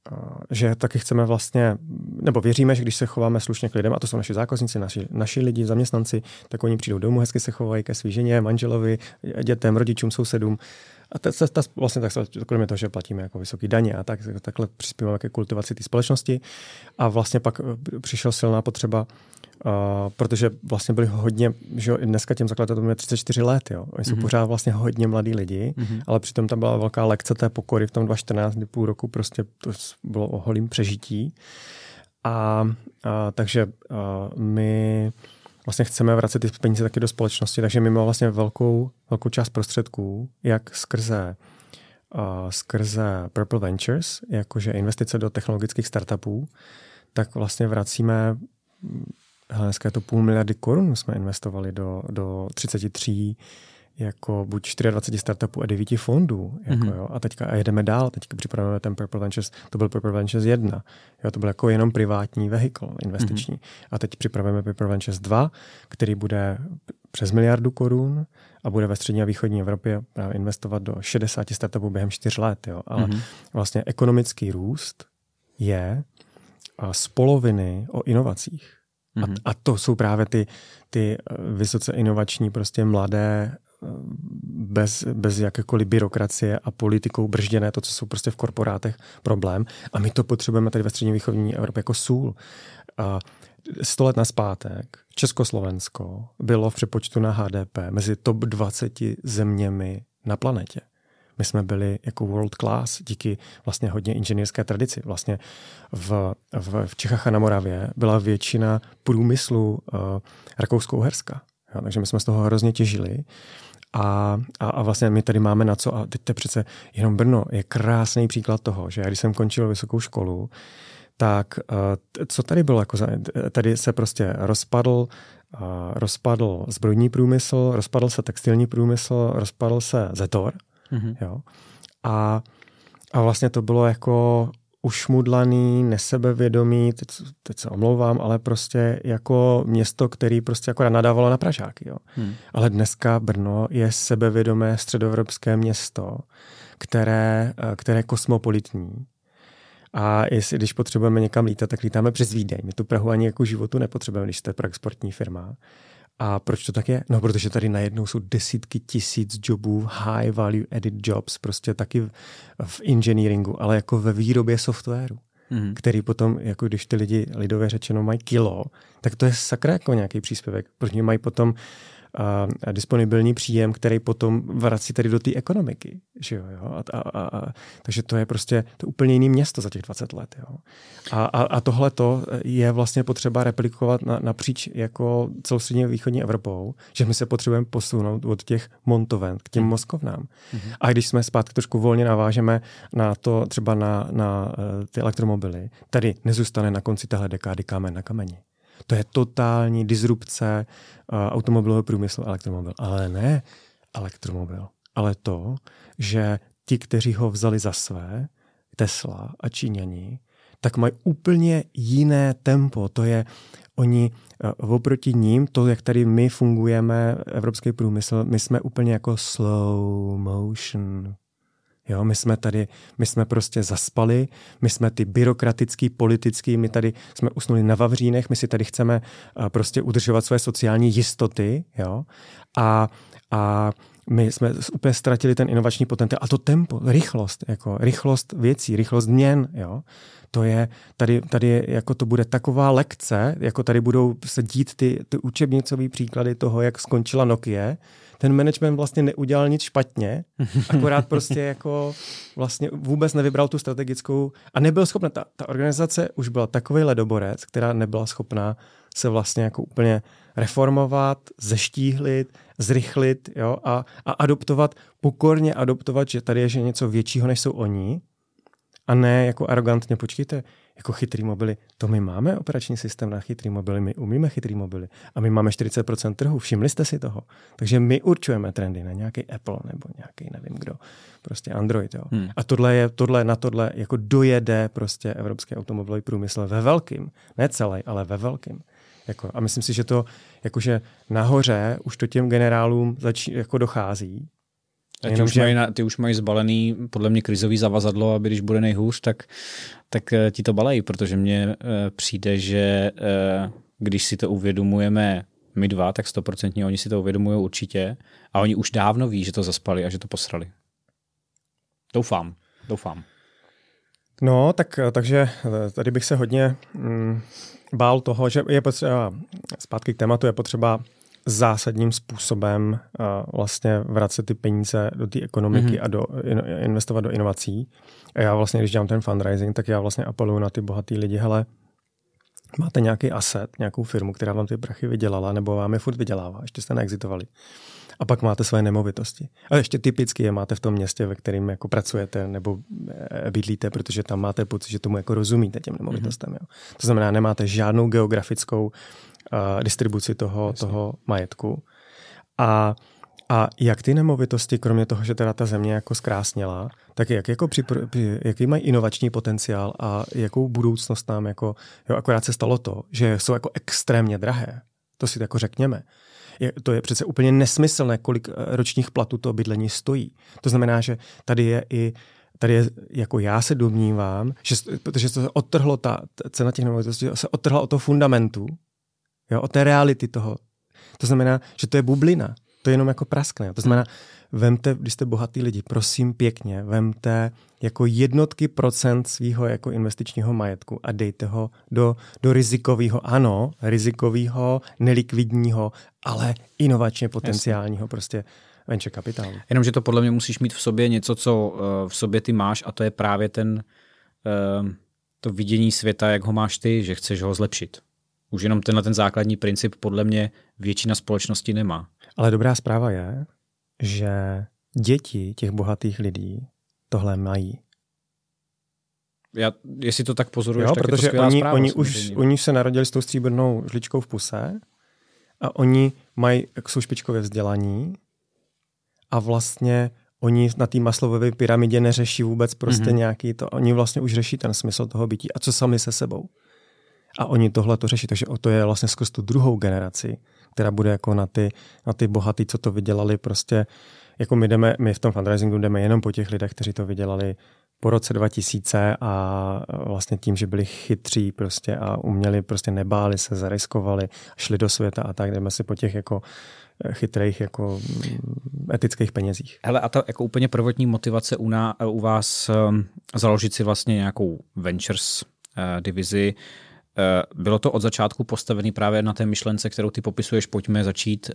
že taky chceme vlastně, nebo věříme, že když se chováme slušně k lidem, a to jsou naši zákazníci, naši, naši lidi, zaměstnanci, tak oni přijdou domů, hezky se chovají ke svý ženě, manželovi, dětem, rodičům, sousedům. A ta, ta, ta, vlastně tak, kromě toho, že platíme jako vysoký daně a tak, takhle přispíváme ke kultivaci té společnosti. A vlastně pak přišel silná potřeba, uh, protože vlastně byli hodně, že jo, dneska těm zakladatelům je třicet čtyři let, jo. Oni jsou mm-hmm. pořád vlastně hodně mladí lidi, mm-hmm. ale přitom tam byla velká lekce té pokory v tom dva tisíce čtrnáct, kdy půl roku prostě to bylo o holým přežití. A, a takže a my vlastně chceme vracet ty peníze taky do společnosti, takže my máme vlastně velkou, velkou část prostředků, jak skrze, uh, skrze Purple Ventures, jakože investice do technologických startupů, tak vlastně vracíme, hele, dneska je to půl miliardy korun jsme investovali do, do třicet tři jako buď dvacet čtyři startupů a devět fondů. Jako, mm-hmm. jo, a teďka a jedeme dál, teďka připravujeme ten Purple Ventures, to byl Purple Ventures jedna. Jo, to byl jako jenom privátní vehikl investiční. Mm-hmm. A teď připravujeme Purple Ventures dva, který bude přes miliardu korun a bude ve střední a východní Evropě právě investovat do šedesát startupů během čtyř let. Jo. Ale mm-hmm. vlastně ekonomický růst je z poloviny o inovacích. Mm-hmm. A, a to jsou právě ty, ty vysoce inovační, prostě mladé, bez, bez jakékoliv byrokracie a politikou bržděné, to, co jsou prostě v korporátech problém. A my to potřebujeme tady ve střední východní Evropě jako sůl. A sto let nazpátek Československo bylo v přepočtu na H D P mezi top dvaceti zeměmi na planetě. My jsme byli jako world class díky vlastně hodně inženýrské tradici. Vlastně v, v, v Čechách a na Moravě byla většina průmyslu uh, Rakousko-Uherska. Jo, takže my jsme z toho hrozně těžili. A, a, a vlastně my tady máme na co. A teď to přece jenom Brno je krásný příklad toho, že když jsem končil vysokou školu, tak uh, co tady bylo? Jako za, tady se prostě rozpadl, uh, rozpadl zbrojní průmysl, rozpadl se textilní průmysl, rozpadl se Zetor. Mm-hmm. Jo. A, a vlastně to bylo jako ušmudlaný, nesebevědomý, teď, teď se omlouvám, ale prostě jako město, který prostě jako nadávalo na Pražáky. Jo. Hmm. Ale dneska Brno je sebevědomé středoevropské město, které, které je kosmopolitní. A jestli, když potřebujeme někam lítat, tak lítáme přes Vídeň. My tu Prahu ani jako životu nepotřebujeme, když jste pro exportní firma. A proč to tak je? No, protože tady najednou jsou desítky tisíc jobů, high value added jobs, prostě taky v, v engineeringu, ale jako ve výrobě softwaru. mm. který potom, jako když ty lidi lidově řečeno mají kilo, tak to je sakra jako nějaký příspěvek, protože mají potom a disponibilní příjem, který potom vrací tady do té ekonomiky. Že jo, jo? A, a, a, takže to je prostě to úplně jiné město za těch dvacet let. Jo? A, a, a tohle je vlastně potřeba replikovat na, napříč jako celostřední východní Evropou, že my se potřebujeme posunout od těch montoven k těm hmm. moskovnám. Hmm. A když jsme zpátky trošku volně navážeme na to, třeba na, na uh, ty elektromobily, tady nezůstane na konci téhle dekády kámen na kameni. To je totální disrupce uh, automobilového průmyslu elektromobil. Ale ne elektromobil, ale to, že ti, kteří ho vzali za své, Tesla a Číňani, tak mají úplně jiné tempo. To je, oni uh, oproti ním, to, jak tady my fungujeme, evropský průmysl, my jsme úplně jako slow motion. Jo, my jsme tady, my jsme prostě zaspali, my jsme ty byrokratický, politický, my tady jsme usnuli na vavřínech, my si tady chceme uh, prostě udržovat své sociální jistoty, jo, a, a my jsme úplně ztratili ten inovační potenciál a to tempo, rychlost, jako rychlost věcí, rychlost změn, jo. To je, tady, tady je, jako to bude taková lekce, jako tady budou se dít ty, ty učebnicové příklady toho, jak skončila Nokia. Ten management vlastně neudělal nic špatně, akorát prostě jako vlastně vůbec nevybral tu strategickou a nebyl schopna, ta, ta organizace už byla takovej ledoborec, která nebyla schopná se vlastně jako úplně reformovat, zeštíhlit, zrychlit, jo, a, a adoptovat, pokorně adoptovat, že tady je že něco většího, než jsou oni, a ne jako arrogantně, počkejte, jako chytrý mobily, to my máme operační systém na chytrý mobily, my umíme chytrý mobily a my máme čtyřicet procent trhu, všimli jste si toho. Takže my určujeme trendy na nějaký Apple nebo nějaký nevím kdo, prostě Android. Jo. Hmm. A tohle je, tohle na tohle jako dojede prostě evropský automobilový průmysl ve velkým, ne celý, ale ve velkým. Jako, a myslím si, že to jakože nahoře už to těm generálům začí, jako dochází. A ty, už že... mají, ty už mají zbalený podle mě krizový zavazadlo, aby když bude nejhůř, tak, tak ti to balejí, protože mně uh, přijde, že uh, když si to uvědomujeme my dva, tak stoprocentně oni si to uvědomují určitě a oni už dávno ví, že to zaspali a že to posrali. Doufám, doufám. No, tak, takže tady bych se hodně mm, bál toho, že je potřeba, zpátky k tématu, je potřeba zásadním způsobem uh, vlastně vracet ty peníze do té ekonomiky mm-hmm. a do, in, investovat do inovací. A já vlastně, když dělám ten fundraising, tak já vlastně apeluju na ty bohatý lidi, hele, máte nějaký asset, nějakou firmu, která vám ty prachy vydělala, nebo vám je furt vydělává, ještě jste neexitovali. A pak máte své nemovitosti. A ještě typicky je máte v tom městě, ve kterém jako pracujete nebo bydlíte, protože tam máte pocit, že tomu jako rozumíte těm nemovitostem. Mm-hmm. Jo. To znamená, nemáte žádnou geografickou Uh, distribuci toho, toho majetku. A, a jak ty nemovitosti, kromě toho, že teda ta země jako zkrásněla, tak jak jako připr- jaký mají inovační potenciál a jakou budoucnost nám jako, jo, akorát se stalo to, že jsou jako extrémně drahé. To si jako řekněme. Je, to je přece úplně nesmyslné, kolik ročních platů to bydlení stojí. To znamená, že tady je i Tady je, jako já se domnívám, že, protože to se odtrhlo, ta cena těch nemovitostí se odtrhla od toho fundamentu, jo, od té reality toho. To znamená, že to je bublina. To je jenom jako praskne. To znamená, vemte, když jste bohatý lidi, prosím pěkně, vemte jako jednotky procent svýho jako investičního majetku a dejte ho do, do rizikového, ano, rizikového, nelikvidního, ale inovačně potenciálního prostě venture kapitálu. Jenomže to podle mě musíš mít v sobě něco, co uh, v sobě ty máš, a to je právě ten uh, to vidění světa, jak ho máš ty, že chceš ho zlepšit. Už jenom tenhle ten základní princip podle mě většina společnosti nemá. Ale dobrá zpráva je, že děti těch bohatých lidí tohle mají. Já, jestli to tak pozoruješ, jo, tak protože je to skvělá oni, zpráva. Oni už, oni se narodili s tou stříbrnou žličkou v puse a oni mají, jsou špičkově vzdělaní a vlastně oni na té Maslowově pyramidě neřeší vůbec prostě mm-hmm. nějaký to. Oni vlastně už řeší ten smysl toho bytí a co sami se sebou. A oni tohle to řeší, takže to je vlastně skrz tu druhou generaci, která bude jako na ty, na ty bohatý, co to vydělali prostě, jako my jdeme, my v tom fundraisingu jdeme jenom po těch lidech, kteří to vydělali po roce dva tisíce a vlastně tím, že byli chytří prostě a uměli, prostě nebáli se, zariskovali, šli do světa a tak, jdeme si po těch jako chytrých jako etických penězích. Hele, a ta jako úplně prvotní motivace u, ná, u vás um, založit si vlastně nějakou ventures divizi. Bylo to od začátku postavené právě na té myšlence, kterou ty popisuješ, pojďme začít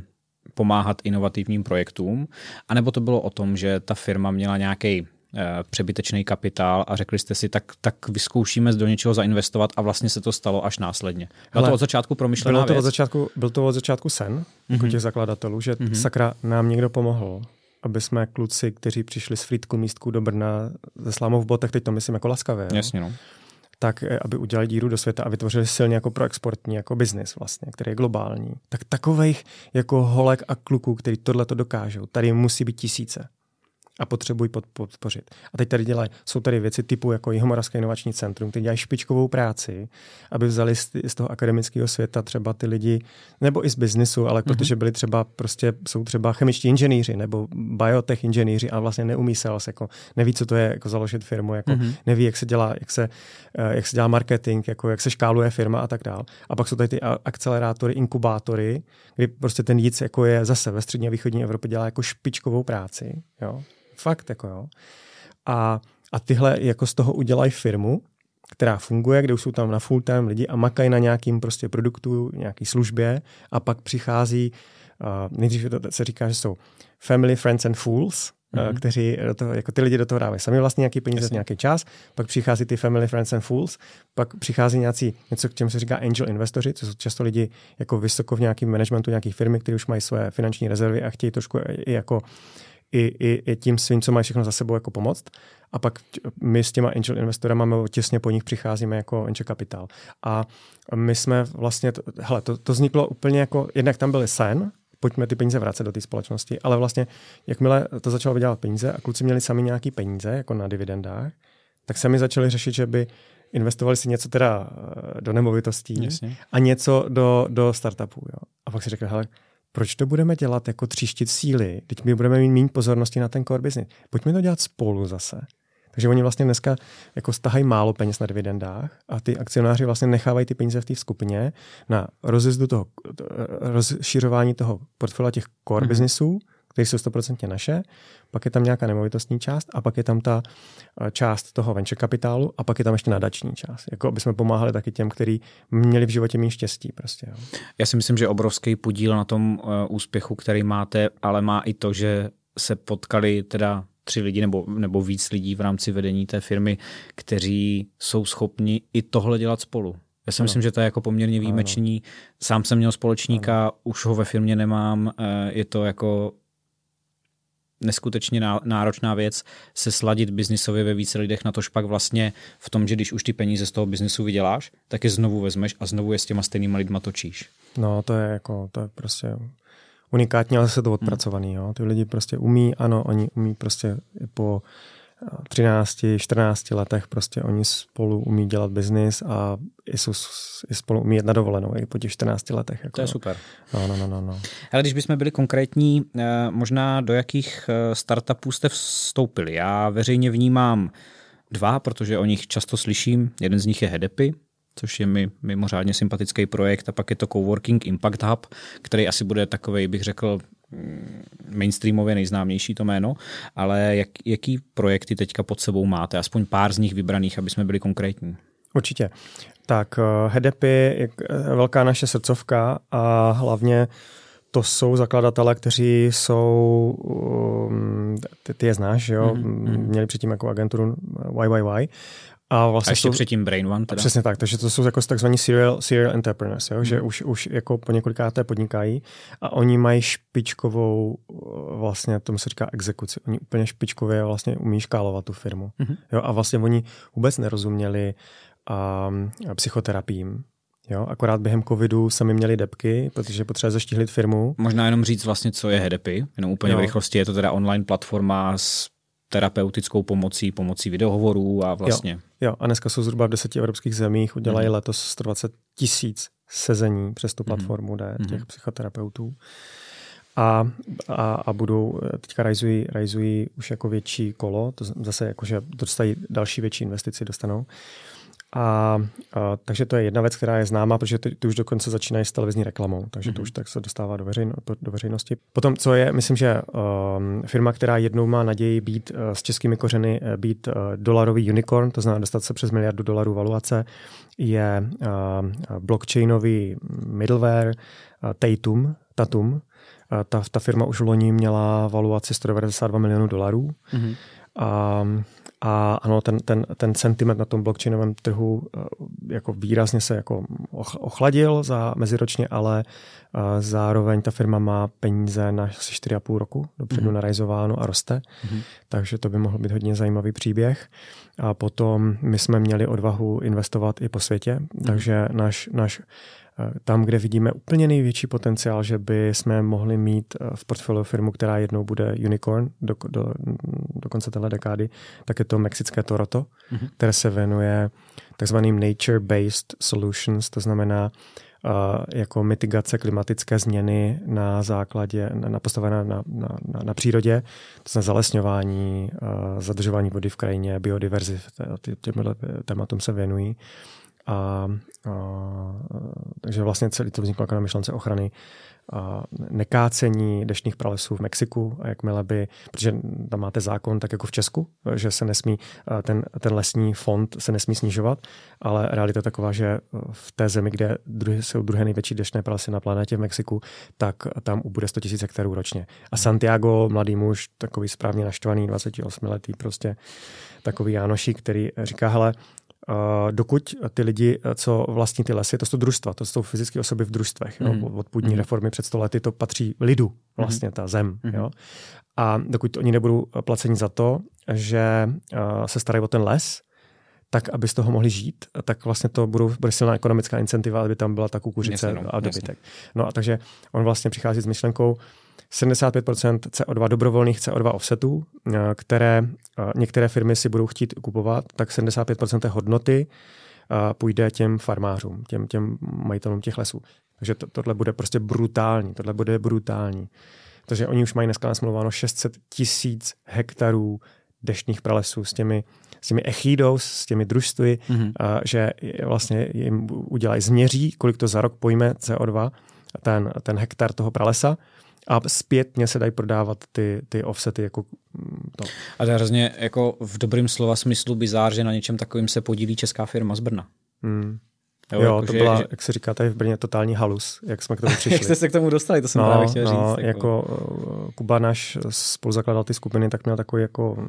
pomáhat inovativním projektům, anebo to bylo o tom, že ta firma měla nějaký přebytečný kapitál a řekli jste si, tak, tak vyzkoušíme do něčeho zainvestovat a vlastně se to stalo až následně. Bylo to od začátku promyšlená bylo to věc? Od začátku, byl to od začátku sen mm-hmm. jako těch zakladatelů, že mm-hmm. sakra nám někdo pomohl, aby jsme kluci, kteří přišli z Frýdku místku do Brna ze slámou v botech, teď to myslím jako laskavě, Jasně, no. tak aby udělali díru do světa a vytvořili silně jako proexportní jako biznis vlastně, který je globální. Tak takovejch jako holek a kluků, který tohle to dokážou, tady musí být tisíce. A potřebují podpořit. A teď tady dělají, jsou tady věci typu jako Jihomoravské inovační centrum, které dělají špičkovou práci, aby vzali z, z toho akademického světa třeba ty lidi, nebo i z biznisu, ale mm-hmm. protože byli třeba prostě, jsou třeba chemičtí inženýři nebo biotech inženýři a vlastně neumí sales, jako neví, co to je jako založit firmu, jako mm-hmm. neví, jak se dělá, jak se, jak se dělá marketing, jako jak se škáluje firma a tak dál. A pak jsou tady ty akcelerátory, inkubátory, kdy prostě ten jíc jako je zase ve střední a východní Evropě dělá jako špičkovou práci, jo. Fakt, jako jo. A, a tyhle jako z toho udělají firmu, která funguje, kde už jsou tam na full time lidi a makají na nějakým prostě produktu, nějaký službě a pak přichází, uh, nejdřív to se říká, že jsou family, friends and fools, mm-hmm. uh, kteří do toho, jako ty lidi do toho dávají sami vlastně nějaký peníze, Jasně. nějaký čas, pak přichází ty family, friends and fools, pak přichází nějací, něco, k čemu se říká angel investoři, co jsou často lidi jako vysoko v nějakém managementu nějakých firmy, kteří už mají své finanční rezervy a chtějí trošku i jako I, i, i tím svým, co mají všechno za sebou jako pomoct. A pak my s těma angel investorama těsně po nich přicházíme jako venture capital. A my jsme vlastně, to, hele, to, to vzniklo úplně jako, jednak tam byl sen, pojďme ty peníze vracet do té společnosti, ale vlastně jakmile to začalo vydělat peníze a kluci měli sami nějaký peníze, jako na dividendách, tak sami začali řešit, že by investovali si něco teda do nemovitostí Jasně. a něco do, do startupů. Jo. A pak si řekli, hele, proč to budeme dělat jako tříštit síly? Teď my budeme mít méně pozornosti na ten core business. Pojďme to dělat spolu zase. Takže oni vlastně dneska jako stahají málo peněz na dividendách a ty akcionáři vlastně nechávají ty peníze v té skupině na rozjezdu toho, rozšiřování toho portfolia těch core mm-hmm. businessů, které jsou stoprocentně naše, pak je tam nějaká nemovitostní část a pak je tam ta část toho venture kapitálu a pak je tam ještě nadační část. Jako aby jsme pomáhali taky těm, kteří měli v životě méně štěstí. Prostě, jo. Já si myslím, že obrovský podíl na tom uh, úspěchu, který máte, ale má i to, že se potkali teda tři lidi nebo, nebo víc lidí v rámci vedení té firmy, kteří jsou schopni i tohle dělat spolu. Já si ano. myslím, že to je jako poměrně výjimečný. Ano. Sám jsem měl společníka, ano. už ho ve firmě nemám, uh, je to jako neskutečně náročná věc se sladit biznisově ve více lidech, na tož pak vlastně v tom, že když už ty peníze z toho biznisu vyděláš, tak je znovu vezmeš a znovu je s těma stejnýma lidma točíš. No to je jako, to je prostě unikátně, ale se to odpracovaný. Jo. Ty lidi prostě umí, ano, oni umí prostě po třinácti, čtrnácti letech prostě oni spolu umí dělat biznis a i, jsou, i spolu umí jet na dovolenou i po těch čtrnácti letech. Jako, to je super. No, no, no, no, no. Ale když bychom byli konkrétní, možná do jakých startupů jste vstoupili? Já veřejně vnímám dva, protože o nich často slyším. Jeden z nich je Hedepy, což je mi mimořádně sympatický projekt, a pak je to Coworking Impact Hub, který asi bude takovej, bych řekl, mainstreamově nejznámější to jméno, ale jak, jaký projekty teďka pod sebou máte? Aspoň pár z nich vybraných, aby jsme byli konkrétní. Určitě. Tak Hedepy je velká naše srdcovka a hlavně to jsou zakladatelé, kteří jsou, ty, ty je znáš, jo? Mm-hmm. Měli předtím jako agenturu Y Y Y. A, vlastně a ještě jsou, předtím Brain One teda. Přesně tak, takže to jsou jako takzvaní serial, serial entrepreneurs, jo? Hmm. že už, už jako po několikáté podnikají a oni mají špičkovou, vlastně tomu se říká exekuci, oni úplně špičkově vlastně umí škálovat tu firmu. Hmm. Jo? A vlastně oni vůbec nerozuměli um, psychoterapiím. Jo, akorát během covidu sami měli depky, protože potřebovali zaštíhlit firmu. Možná jenom říct vlastně, co je Hedepy, jenom úplně jo. v rychlosti, je to teda online platforma s terapeutickou pomocí, pomocí videohovorů a vlastně. Jo, jo, a dneska jsou zhruba v deseti evropských zemích, udělají mm. letos sto dvacet tisíc sezení přes tu platformu, mm. těch mm. psychoterapeutů. A, a, a budou, teďka rajzují, rajzují už jako větší kolo, to zase jako, že dostají další větší investici, dostanou. A, a takže to je jedna věc, která je známá, protože ty, ty už dokonce začínají s televizní reklamou, takže mm-hmm. to už tak se dostává do, veřejno, do veřejnosti. Potom, co je, myslím, že um, firma, která jednou má naději být uh, s českými kořeny, uh, být uh, dolarový unicorn, to znamená dostat se přes miliardu dolarů valuace, je uh, blockchainový middleware uh, Tatum, Tatum. Uh, ta, ta firma už v loni měla valuaci sto devadesát dva milionů dolarů. Mm-hmm. A, a ano, ten, ten, ten sentiment na tom blockchainovém trhu jako výrazně se jako ochladil za meziročně, ale zároveň ta firma má peníze na asi čtyři a půl roku dopředu mm-hmm. narajzováno a roste, mm-hmm. takže to by mohl být hodně zajímavý příběh. A potom my jsme měli odvahu investovat i po světě, mm-hmm. takže náš, náš tam, kde vidíme úplně největší potenciál, že by jsme mohli mít v portfoliu firmu, která jednou bude unicorn do, do, do konce téhle dekády, tak je to mexické Toronto, mm-hmm. které se věnuje takzvaným nature-based solutions, to znamená uh, jako mitigace klimatické změny na základě, na, na postavené na, na, na, na přírodě, to znamená zalesňování, uh, zadržování vody v krajině, biodiverzita, těmhle tématům se věnují. A, a, takže vlastně celý to vzniklo jako na myšlence ochrany a nekácení deštných pralesů v Mexiku, a jakmile by, protože tam máte zákon tak jako v Česku, že se nesmí, ten, ten lesní fond se nesmí snižovat, ale realita je taková, že v té zemi, kde druhé, jsou druhé největší deštné pralesy na planetě v Mexiku, tak tam ubude sto tisíc hektarů ročně. A Santiago, mladý muž, takový správně naštvaný, dvacetiosmiletý prostě, takový Jánošík, který říká, hele, Uh, dokud ty lidi, co vlastní ty lesy, to jsou družstva, to jsou fyzické osoby v družstvech. Mm. Jo? Od půdní mm. reformy před sto lety to patří lidu, vlastně ta zem. Mm. Jo? A dokud oni nebudou placeni za to, že uh, se starají o ten les, tak aby z toho mohli žít, tak vlastně to budou, bude silná ekonomická incentiva, aby tam byla ta kukuřice a dobytek. No a takže on vlastně přichází s myšlenkou sedmdesát pět procent C O dva dobrovolných C O dva offsetů, které některé firmy si budou chtít kupovat, tak sedmdesát pět procent hodnoty půjde těm farmářům, těm, těm majitelům těch lesů. Takže to, tohle bude prostě brutální, tohle bude brutální. Takže oni už mají dneska nasmluváno šest set tisíc hektarů deštných pralesů s těmi, s těmi echidos, s těmi družstvy, mm-hmm. a, že vlastně jim udělají, změří, kolik to za rok pojme C O dva, ten, ten hektar toho pralesa, a zpětně se dají prodávat ty, ty offsety jako to. A to je hrozně jako v dobrým slova smyslu bizár, že na něčem takovým se podílí česká firma z Brna. Hmm. Jo, jo jako to že, byla, že... jak se říká, tady v Brně totální halus, jak jsme k tomu přišli. Jak jste se k tomu dostali, to jsem no, právě chtěl no, říct. Jako, jako Kuba, náš spoluzakladatel ty skupiny, tak měl takový jako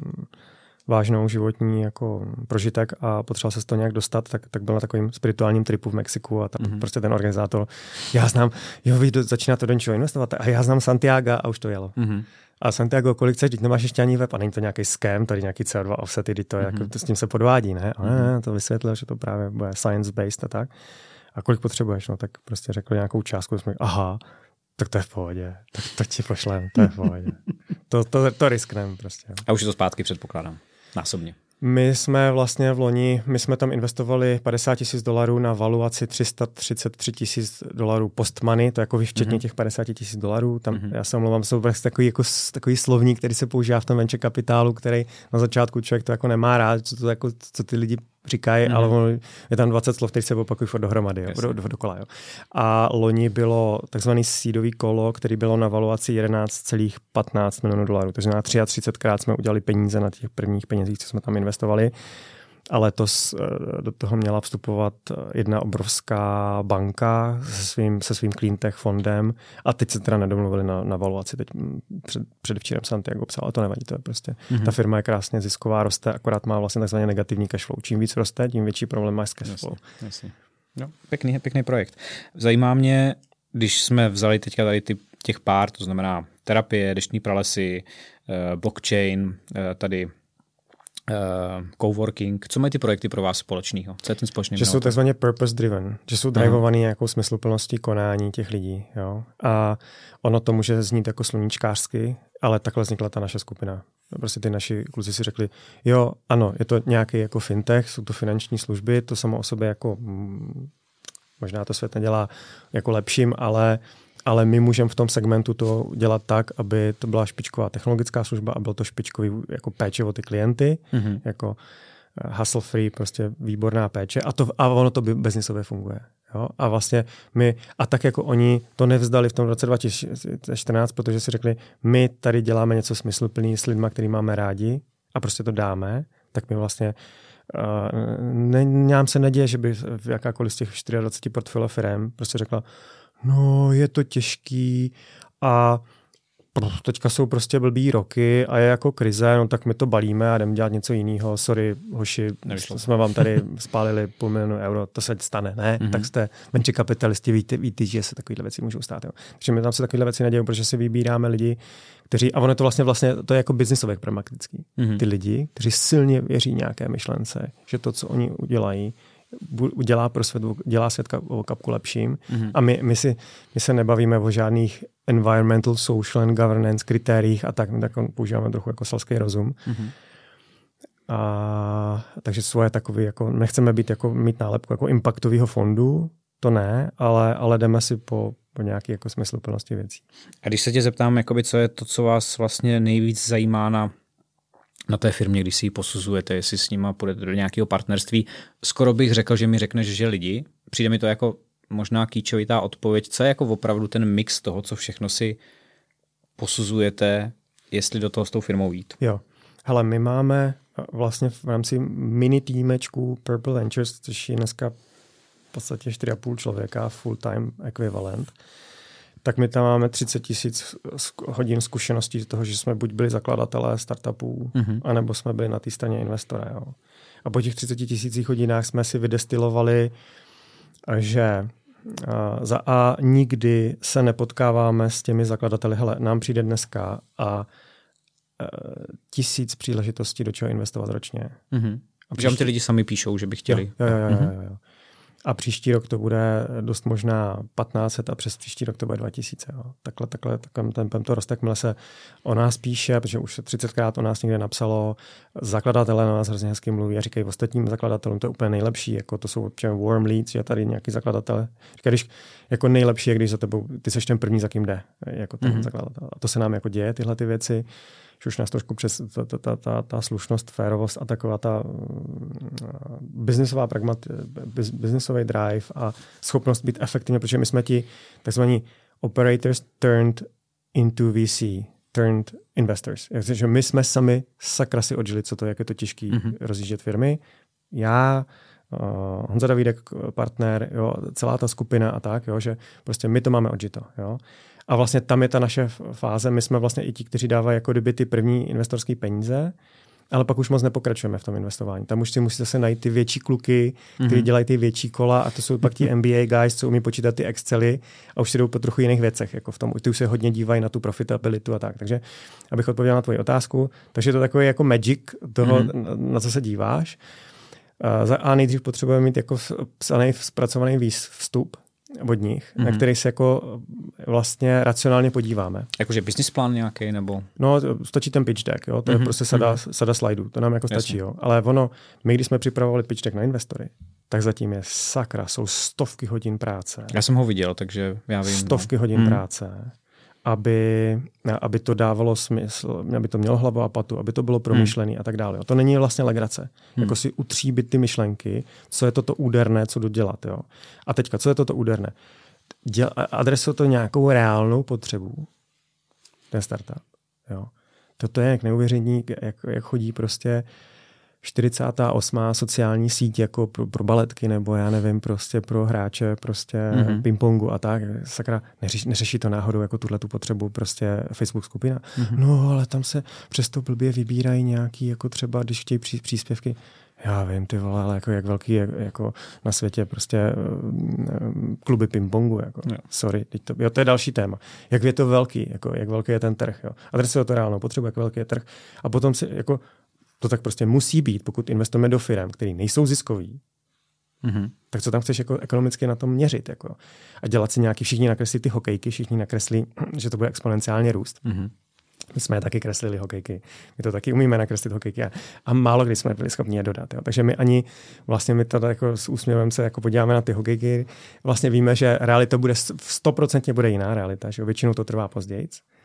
vážnou životní jako prožitek a potřeboval se z toho nějak dostat, tak, tak byl na takovým spirituálním tripu v Mexiku a tam mm-hmm. prostě ten organizátor, já znám, jo, vy začínáte do něčeho investovat a já znám Santiago a už to jelo. Mm-hmm. A Santiago, kolik chceš, teď nemáš ještě ani web a není to nějaký scam, tady nějaký C O dva offsety, to, mm-hmm. jako, to s tím se podvádí, ne? Ale mm-hmm. ne, to vysvětlil, že to právě bude science-based a tak. A kolik potřebuješ? No tak prostě řekl nějakou částku, jsme, aha, tak to je v pohodě, tak to ti pošlem, to je v pohodě. to, to, to riskneme prostě. A už je to zpátky, předpokládám, násobně. My jsme vlastně v loni, my jsme tam investovali padesát tisíc dolarů na valuaci tři sta třicet tři tisíc dolarů post-money, to jako včetně mm-hmm. těch padesát tisíc dolarů. Tam, mm-hmm. Já se omlouvám, jsou vlastně takový, jako, takový slovník, který se používá v tom venture kapitálu, který na začátku člověk to jako nemá rád, co, to jako, co ty lidi říkají, mm-hmm. ale on, je tam dvacet slov, které se opakují furt dohromady, jo, do, do, dokola. Jo. A loni bylo takzvaný seedový kolo, který bylo na valuaci jedenáct celá patnáct milionů dolarů. Takže na třicet tři krát jsme udělali peníze na těch prvních penězích, co jsme tam investovali. A letos do toho měla vstupovat jedna obrovská banka se svým, se svým cleantech fondem a teď se teda nedomluvili na, na valuaci. Teď před, předevčírem Santiago psal, ale to nevadí, to je prostě. Mm-hmm. Ta firma je krásně zisková, roste, akorát má vlastně takzvaně negativní cashflow. Čím víc roste, tím větší problém máš s cashflow. Jasně, jasně. No, pěkný, pěkný projekt. Zajímá mě, když jsme vzali teďka tady ty, těch pár, to znamená terapie, deštní pralesy, blockchain, tady Uh, coworking. Co mají ty projekty pro vás společného? Co je ten společný? Že jsou takzvaně purpose driven, že jsou drivovaný nějakou smysluplností konání těch lidí. Jo? A ono to může znít jako sluníčkářsky, ale takhle vznikla ta naše skupina. Prostě ty naši kluci si řekli, jo, ano, je to nějaký jako fintech, jsou to finanční služby, to samo o sobě jako mm, možná to svět nedělá jako lepším, ale ale my můžeme v tom segmentu to dělat tak, aby to byla špičková technologická služba a byl to špičkový jako péče o ty klienty, mm-hmm. jako hustle free, prostě výborná péče a, to, a ono to biznisově funguje. Jo? A vlastně my, a tak jako oni to nevzdali v tom roce dva tisíce čtrnáct, protože si řekli, my tady děláme něco smysluplný s lidma, který máme rádi a prostě to dáme, tak my vlastně uh, ne, nám se neděje, že by jakákoliv z těch dvacet čtyři portfolio firem prostě řekla, no je to těžký a teďka jsou prostě blbý roky a je jako krize, no tak my to balíme a jdeme dělat něco jiného. Sorry, hoši, Nevyšlo. jsme vám tady spálili půl milionu euro, to se stane, ne? Mm-hmm. Tak jste venture kapitalisti, víte, víte, že se takovéhle věci můžou stát. Jo. Takže my tam se takovéhle věci nedějí, protože si vybíráme lidi, kteří, a ono je to vlastně, vlastně to je jako biznisově pragmatický. Mm-hmm. Ty lidi, kteří silně věří nějaké myšlence, že to, co oni udělají, udělá pro svět, dělá svět o kapku lepším. Mm-hmm. A my, my, si, my se nebavíme o žádných environmental, social and governance kritériích a tak, my tak používáme trochu jako selský rozum. Mm-hmm. A, takže svoje takový, jako, nechceme být jako, mít nálepku jako impactového fondu, to ne, ale, ale jdeme si po, po nějaké jako smysluplnosti věcí. A když se tě zeptám, jakoby, co je to, co vás vlastně nejvíc zajímá na na té firmě, když si ji posuzujete, jestli s nima půjdete do nějakého partnerství. Skoro bych řekl, že mi řekneš, že lidi. Přijde mi to jako možná kýčovitá odpověď. Co je jako opravdu ten mix toho, co všechno si posuzujete, jestli do toho s tou firmou jít? Jo. Hele, my máme vlastně v rámci mini týmečku Purple Ventures, což je dneska v podstatě čtyři a půl člověka, full-time ekvivalent, tak my tam máme třicet tisíc hodin zkušeností z toho, že jsme buď byli zakladatelé startupů, mm-hmm. anebo jsme byli na té straně investora. Jo. A po těch třiceti tisících hodinách jsme si vydestilovali, že uh, za A nikdy se nepotkáváme s těmi zakladateli. Hele, nám přijde dneska a uh, tisíc příležitostí, do čeho investovat ročně. Mm-hmm. A příští... ty lidi sami píšou, že by chtěli. Jo, jo, jo, jo, jo, jo. A příští rok to bude dost možná patnáct set a přes příští rok to bude dva tisíce. Jo. Takhle, takhle, takhle tempem to roste, jakmile se o nás píše, protože už se třicetkrát o nás někde napsalo, zakladatelé na nás hrozně hezky mluví a říkají ostatním zakladatelům, to je úplně nejlepší, jako to jsou občas warm leads, že tady nějaký zakladatel. Říkají, když jako nejlepší je, když za tebou, ty seš ten první, za kým jde, jako ten mm-hmm. zakladatel. A to se nám jako děje, tyhle ty věci. Že už nás trošku přes ta, ta, ta, ta, ta slušnost, férovost a taková ta uh, biznisová pragmat, biz, biznisový drive a schopnost být efektivní, protože my jsme ti takzvaní operators turned into V C, turned investors. Takže my jsme sami sakra si odžili, co to je, jak je to těžký mm-hmm. rozjíždět firmy. Já, uh, Honza Davídek, partner, jo, celá ta skupina a tak, jo, že prostě my to máme odžito. Jo. A vlastně tam je ta naše fáze. My jsme vlastně i ti, kteří dávají jako kdyby ty první investorské peníze, ale pak už moc nepokračujeme v tom investování. Tam už si musí zase najít ty větší kluky, kteří mm-hmm. dělají ty větší kola a to jsou pak ti M B A guys, co umí počítat ty Excely a už si jdou po trochu jiných věcech. Jako v tom. Ty už se hodně dívají na tu profitabilitu a tak. Takže abych odpověděl na tvoji otázku, takže to je takový jako magic toho, mm-hmm. na co se díváš. A nejdřív potřebujeme mít jako psaný, zpracovaný vstup od nich, mm-hmm. na který se jako vlastně racionálně podíváme. Jakože business plán nějaký nebo? No, stačí ten pitch deck, jo? To mm-hmm. je prostě sada, mm-hmm. sada slajdů, to nám jako stačí. Jo? Ale ono, my když jsme připravovali pitch deck na investory, tak zatím je sakra, jsou stovky hodin práce. Já jsem ho viděl, takže já vím. Stovky no. hodin mm. práce, aby, aby to dávalo smysl, aby to mělo hlavu a patu, aby to bylo promyšlené mm. a tak dále. Jo? To není vlastně legrace. Mm. Jako si utříbit ty myšlenky, co je toto úderné, co jdu dělat. Jo? A teďka, co je toto úderné? Děl, adresuje to nějakou reálnou potřebu, ten startup. Jo? Toto je jak neuvěření, jak, jak chodí prostě čtyřicátá osmá sociální síť jako pro, pro baletky nebo já nevím, prostě pro hráče prostě mm-hmm. pingpongu a tak. Sakra, neřeší, neřeší to náhodou jako tuhle tu potřebu prostě Facebook skupina. Mm-hmm. No, ale tam se přesto blbě vybírají nějaký, jako třeba, když chtějí pří, příspěvky. Já vím, ty vole, ale jako jak velký je jako na světě prostě um, kluby pingpongu. Jako. No. Sorry, teď to, jo, to je další téma. Jak je to velký, jako, jak velký je ten trh. Jo. Adresuje to reálnou potřebu, jak velký je trh. A potom si jako to tak prostě musí být, pokud investujeme do firm, které nejsou ziskový, mm-hmm. tak co tam chceš jako ekonomicky na tom měřit? Jako? A dělat si nějaký, všichni nakreslí ty hokejky, všichni nakreslí, že to bude exponenciálně růst. Mm-hmm. My jsme je taky kreslili hokejky. My to taky umíme nakreslit hokejky a, a málo kdy jsme byli schopni je dodat. Jo. Takže my ani vlastně my tady jako s úsměvem se jako podíváme na ty hokejky, vlastně víme, že realita bude sto procent bude jiná realita, že většinou to trvá později.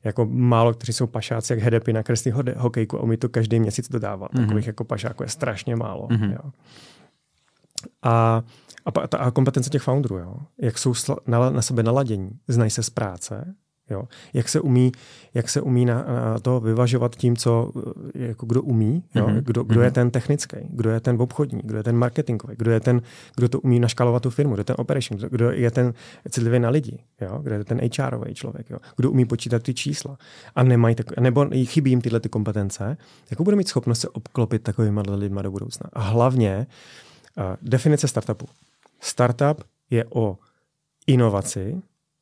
jako málo kteří jsou pašáci, jak Hedepy na kresný hokejku a umí to každý měsíc dodávat. Mm-hmm. Takových jako pašáků je strašně málo. Mm-hmm. Jo. A, a, a kompetence těch founderů, jo. Jak jsou sla, na, na sebe naladění, znají se z práce, jo. Jak se umí, jak se umí na, na to vyvažovat tím, co jako kdo umí, jo. Mm-hmm. Kdo, kdo je ten technický, kdo je ten obchodní, kdo je ten marketingový, kdo je ten, kdo to umí naškalovat tu firmu, kdo je ten operation, kdo, kdo je ten citlivý na lidi, jo. Kdo je ten há erový člověk, jo. Kdo umí počítat ty čísla a nemají tak, nebo chybí jim tyhle ty kompetence, jako bude mít schopnost se obklopit takovýma lidma do budoucna. A hlavně uh, definice startupu. Startup je o inovaci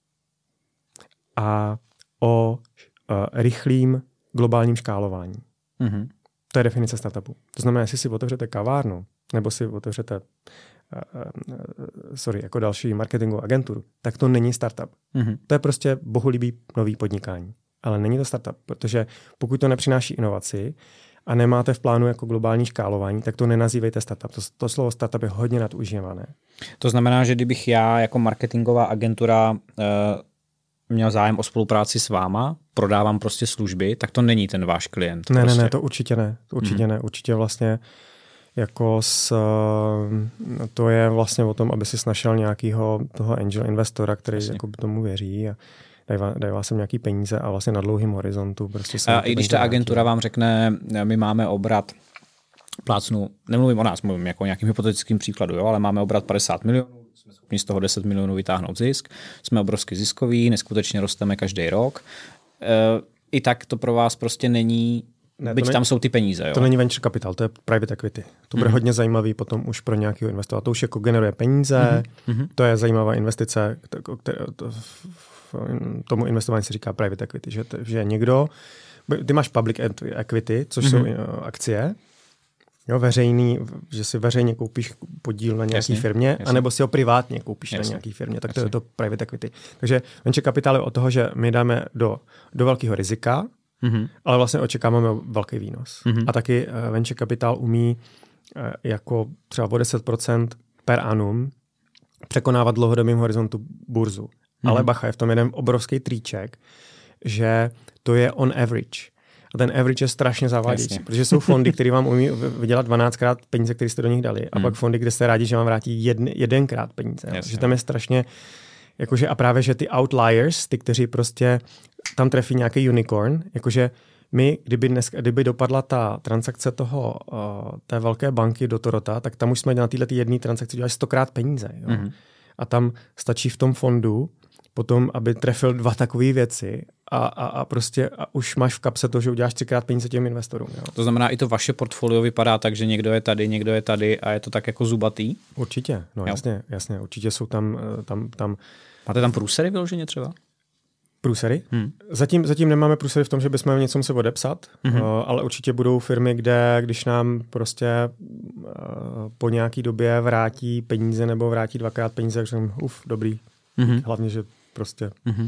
a o uh, rychlým globálním škálování. Mm-hmm. To je definice startupu. To znamená, jestli si otevřete kavárnu, nebo si otevřete uh, uh, sorry, jako další marketingovou agenturu, tak to není startup. Mm-hmm. To je prostě bohulibý nový podnikání. Ale není to startup, protože pokud to nepřináší inovaci a nemáte v plánu jako globální škálování, tak to nenazývejte startup. To, to slovo startup je hodně nadužívané. To znamená, že kdybych já jako marketingová agentura uh, měl zájem o spolupráci s váma, prodávám prostě služby, tak to není ten váš klient. Ne, prostě. ne, ne, to určitě ne. To určitě hmm. ne. Určitě vlastně jako s, to je vlastně o tom, aby si našel nějakého toho angel investora, který jako tomu věří a dají vás sem nějaký peníze a vlastně na dlouhým horizontu. Prostě a i když ta agentura nějaký... vám řekne, my máme obrat, plácnu, nemluvím o nás, mluvím jako o nějakým hypotetickým příkladu, jo, ale máme obrat padesát milionů, jsme schopni z toho deset milionů vytáhnout zisk, jsme obrovsky ziskoví, neskutečně rosteme každý rok. E, I tak to pro vás prostě není, ne, byť není, tam jsou ty peníze. Jo? To není venture capital, to je private equity. To bude mm-hmm. hodně zajímavý potom už pro nějakého investora. To už jako generuje peníze, mm-hmm. to je zajímavá investice, které, to, tomu investování se říká private equity, že, že někdo, ty máš public equity, což mm-hmm. jsou akcie, jo, veřejný, že si veřejně koupíš podíl na nějaké jasně, firmě, jasně. anebo si ho privátně koupíš jasně. na nějaké firmě, tak jasně. to je to private equity. Takže venture capital je o toho, že my dáme do, do velkého rizika, mm-hmm. ale vlastně očekáváme velký výnos. Mm-hmm. A taky uh, venture capital umí uh, jako třeba o deset procent per annum překonávat dlouhodobým horizontu burzu. Mm-hmm. Ale bacha, je v tom jeden obrovský triček, že to je on average. A ten average je strašně zavádějící, protože jsou fondy, které vám umí vydělat dvanáctkrát peníze, které jste do nich dali. A mm. pak fondy, kde jste rádi, že vám vrátí jedn, jedenkrát peníze. Takže tam je strašně, jakože a právě, že ty outliers, ty, kteří prostě tam trefí nějaký unicorn, jakože my, kdyby, dnes, kdyby dopadla ta transakce toho, uh, té velké banky do Torota, tak tam už jsme na této jedné transakci dělali stokrát peníze. Jo? Mm. A tam stačí v tom fondu potom, aby trefil dva takové věci a, a, a prostě a už máš v kapse to, že uděláš třikrát peníze těm investorům. Jo. To znamená, i to vaše portfolio vypadá tak, že někdo je tady, někdo je tady a je to tak jako zubatý? Určitě, no jo. jasně, jasně, určitě jsou tam, tam, tam... Máte tam průsery vyloženě třeba? Průsery? Hmm. Zatím, zatím nemáme průsery v tom, že bychom něco museli odepsat, hmm. uh, ale určitě budou firmy, kde když nám prostě uh, po nějaký době vrátí peníze nebo vrátí dvakrát peníze, tak řekneme, uf, dobrý. Hmm. Hlavně, že prostě... Hmm.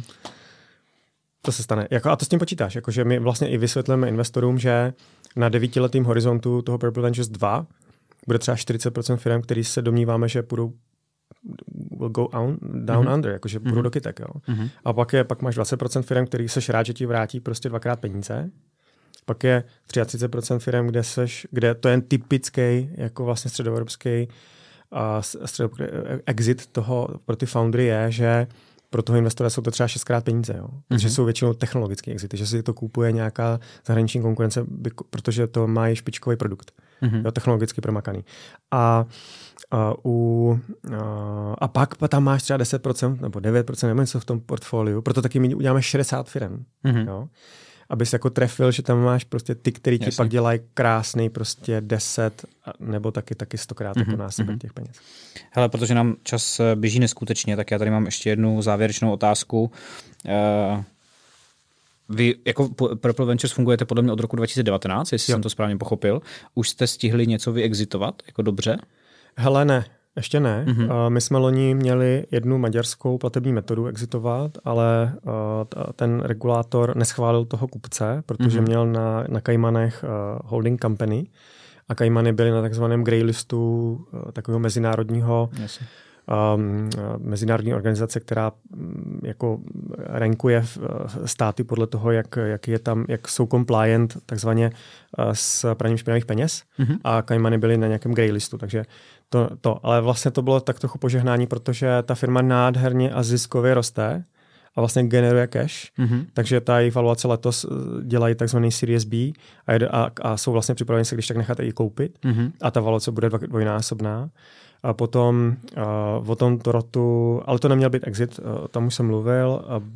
To se stane. Jako, a to s tím počítáš. Jakože my vlastně i vysvětlíme investorům, že na devítiletým horizontu toho Purple Ventures dva bude třeba čtyřicet procent firm, který se domníváme, že půjdou will go on, down mm-hmm. under, jakože půjdou mm-hmm. do kytek. Jo. Mm-hmm. A pak, je, pak máš dvacet procent firm, který seš rád, že ti vrátí prostě dvakrát peníze. Pak je třicet tři procent firm, kde, seš, kde to je typický jako vlastně středoevropský a středoevropský exit toho pro ty foundry je, že pro toho investora jsou to třeba šestkrát peníze, jo? Protože mm-hmm. jsou většinou technologické exity, že si to kupuje nějaká zahraniční konkurence, protože to má i špičkový produkt, mm-hmm. jo, technologicky promakaný. A, a, u, a, a pak tam máš třeba deset procent nebo devět procent nebo něco v tom portfoliu, proto taky my uděláme šedesát firem, mm-hmm. jo? Abys jako trefil, že tam máš prostě ty, který ti Jasně. pak dělají krásný prostě deset nebo taky taky stokrát mm-hmm. jako násobek mm-hmm. těch peněz. Hele, protože nám čas běží neskutečně, tak já tady mám ještě jednu závěrečnou otázku. Uh, vy jako Purple Ventures fungujete podle mě od roku dva tisíce devatenáct, jestli jo. jsem to správně pochopil. Už jste stihli něco vyexitovat jako dobře? Hele, ne. Ještě ne. Mm-hmm. My jsme loni měli jednu maďarskou platební metodu exitovat, ale ten regulátor neschválil toho kupce, protože mm-hmm. měl na, na Kajmanech holding company a Kajmany byly na takzvaném grey listu takového mezinárodního yes. um, mezinárodní organizace, která um, jako rankuje uh, státy podle toho, jak, jak, je tam, jak jsou compliant takzvaně uh, s praním špinavých peněz mm-hmm. a Caimany byly na nějakém grey listu, takže to, to. Ale vlastně to bylo tak trochu požehnání, protože ta firma nádherně a ziskově roste a vlastně generuje cash, mm-hmm. takže ta jejich valuace letos dělají takzvaný Series B a, a, a jsou vlastně připraveni se, když tak nechat i koupit mm-hmm. a ta valuace bude dvojnásobná. A potom uh, o tom Torotu, ale to neměl být exit, uh, tam už jsem mluvil, uh,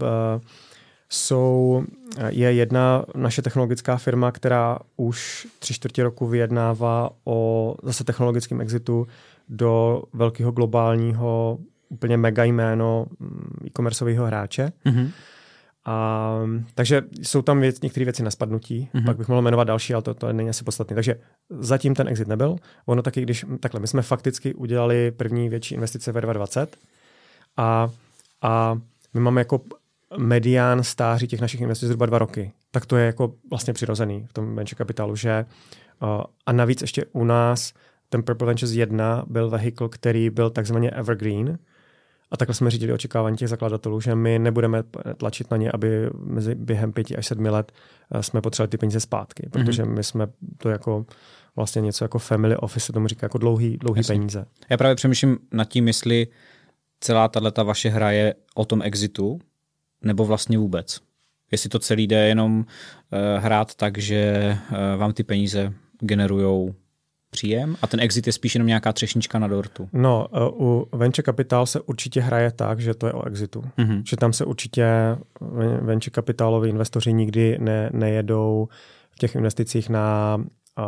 jsou, je jedna naše technologická firma, která už tři čtvrtě roku vyjednává o zase technologickém exitu do velkého globálního úplně mega jméno e-commerceového hráče. Mm-hmm. A, takže jsou tam věc, některé věci na spadnutí, mm-hmm. pak bych mohl jmenovat další, ale to, to není asi podstatné. Takže zatím ten exit nebyl. Ono taky, když takhle, my jsme fakticky udělali první větší investice ve dvacet dvacet a, a my máme jako medián stáří těch našich investic zhruba dva roky. Tak to je jako vlastně přirozený v tom venture kapitálu, že uh, a navíc ještě u nás ten Purple Ventures jedna byl vehikl, který byl takzvaně evergreen. A takhle jsme řídili očekávání těch zakladatelů, že my nebudeme tlačit na ně, aby mezi během pěti až sedmi let jsme potřebovali ty peníze zpátky, protože my jsme to jako vlastně něco jako family office, se tomu říká jako dlouhý, dlouhý peníze. Já právě přemýšlím nad tím, jestli celá tato vaše hra je o tom exitu, nebo vlastně vůbec. Jestli to celý jde jenom uh, hrát tak, že uh, vám ty peníze generujou příjem a ten exit je spíš jenom nějaká třešnička na dortu. No, u venture capital se určitě hraje tak, že to je o exitu. Mm-hmm. Že tam se určitě venture capitaloví investoři nikdy ne, nejedou v těch investicích na,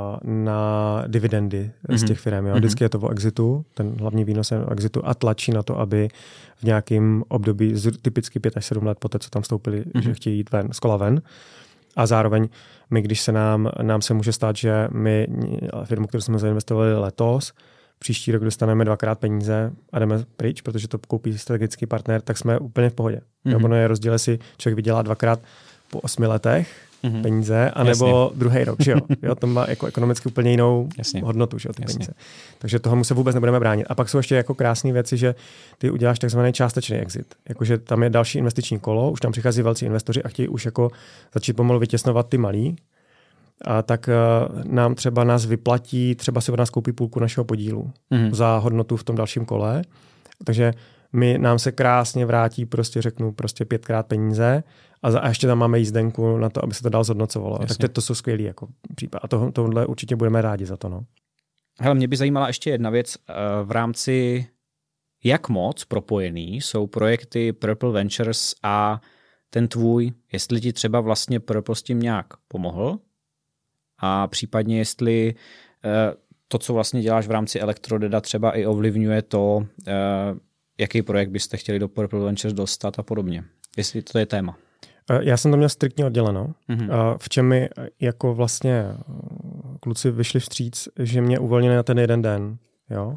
na dividendy mm-hmm. z těch firm. Jo? Vždycky mm-hmm. je to o exitu, ten hlavní výnos je o exitu a tlačí na to, aby v nějakém období, typicky pět až sedm let poté, co tam vstoupili, mm-hmm. že chtějí jít ven, z kola ven. A zároveň my, když se nám, nám se může stát, že my firmu, kterou jsme zainvestovali letos, příští rok dostaneme dvakrát peníze a jdeme pryč, protože to koupí strategický partner, tak jsme úplně v pohodě. Mm-hmm. Ono je rozdíl, jestli člověk vydělá dvakrát po osmi letech mm-hmm. peníze, anebo druhý rok, že jo? jo? To má jako ekonomicky úplně jinou Jasně. hodnotu, že jo, ty Jasně. peníze. Takže toho mu se vůbec nebudeme bránit. A pak jsou ještě jako krásné věci, že ty uděláš takzvaný částečný exit. Jakože tam je další investiční kolo, už tam přichází velcí investoři a chtějí už jako začít pomalu vytěsnovat ty malí. A tak uh, nám třeba nás vyplatí, třeba si od nás koupí půlku našeho podílu mm-hmm. za hodnotu v tom dalším kole. Takže my, nám se krásně vrátí, prostě řeknu, prostě pětkrát peníze a, za, a ještě tam máme jízdenku na to, aby se to dál zhodnocovalo. Jasně. Tak to, to jsou skvělý jako případ. A to, tohle určitě budeme rádi za to. No. Hele, mě by zajímala ještě jedna věc. V rámci jak moc propojený jsou projekty Purple Ventures a ten tvůj, jestli ti třeba vlastně Purple s tím nějak pomohl a případně jestli to, co vlastně děláš v rámci Electrodeda, třeba i ovlivňuje to, jaký projekt byste chtěli do Purple Ventures dostat a podobně. Jestli to je téma. Já jsem to měl striktně odděleno, mm-hmm. v čem mi jako vlastně kluci vyšli vstříc, že mě uvolnili na ten jeden den. Jo?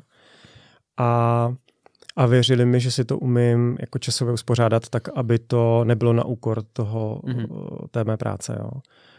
A, a věřili mi, že si to umím jako časově uspořádat tak, aby to nebylo na úkor toho, mm-hmm. té mé práce. Jo?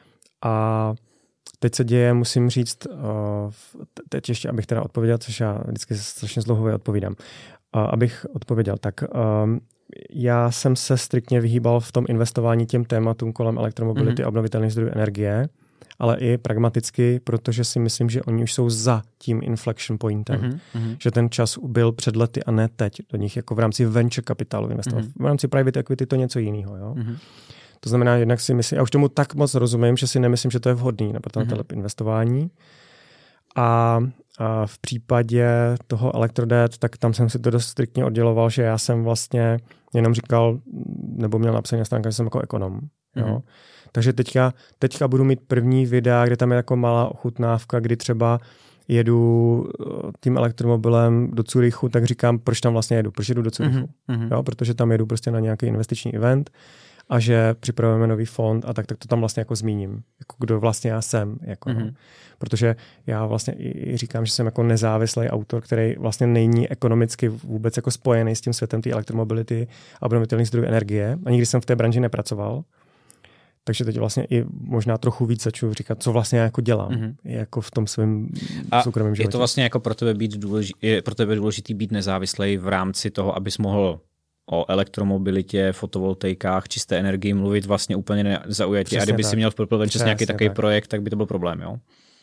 A teď se děje, musím říct, teď ještě, abych teda odpověděl, což já vždycky strašně zdlouhově odpovídám, abych odpověděl, tak um, já jsem se striktně vyhýbal v tom investování těm tématům kolem elektromobility mm-hmm. a obnovitelných zdrojů energie, ale i pragmaticky, protože si myslím, že oni už jsou za tím inflection pointem, mm-hmm. že ten čas byl před lety a ne teď do nich, jako v rámci venture kapitálu investovat. Mm-hmm. V rámci private equity to něco jiného. Jo? Mm-hmm. To znamená, jednak si myslím, já už tomu tak moc rozumím, že si nemyslím, že to je vhodný na mm-hmm. investování. A, a v případě toho Electrodet, tak tam jsem si to dost striktně odděloval, že já jsem vlastně jenom říkal, nebo měl napsaný na stránkách, že jsem jako ekonom. Mm-hmm. Jo? Takže teďka, teďka budu mít první videa, kde tam je jako malá ochutnávka, kdy třeba jedu tím elektromobilem do Curychu, tak říkám, proč tam vlastně jedu, proč jedu do Curychu. Mm-hmm. Jo? Protože tam jedu prostě na nějaký investiční event a že připravujeme nový fond a tak, tak to tam vlastně jako zmíním, jako kdo vlastně já jsem. Jako, mm-hmm. no. Protože já vlastně i říkám, že jsem jako nezávislý autor, který vlastně není ekonomicky vůbec jako spojený s tím světem té elektromobility a obnovitelných zdrojů energie. A nikdy jsem v té branži nepracoval. Takže teď vlastně i možná trochu víc začnu říkat, co vlastně jako dělám, mm-hmm. jako v tom svém soukromém životě. Je to vlastně jako pro tebe, být důležitý, je pro tebe důležitý být nezávislý v rámci toho, abys mohl o elektromobilitě, fotovoltaikách, čisté energii mluvit vlastně úplně nezaujatě. A kdyby tak. si měl v Purple Ventures nějaký takový tak. projekt, tak by to byl problém, jo?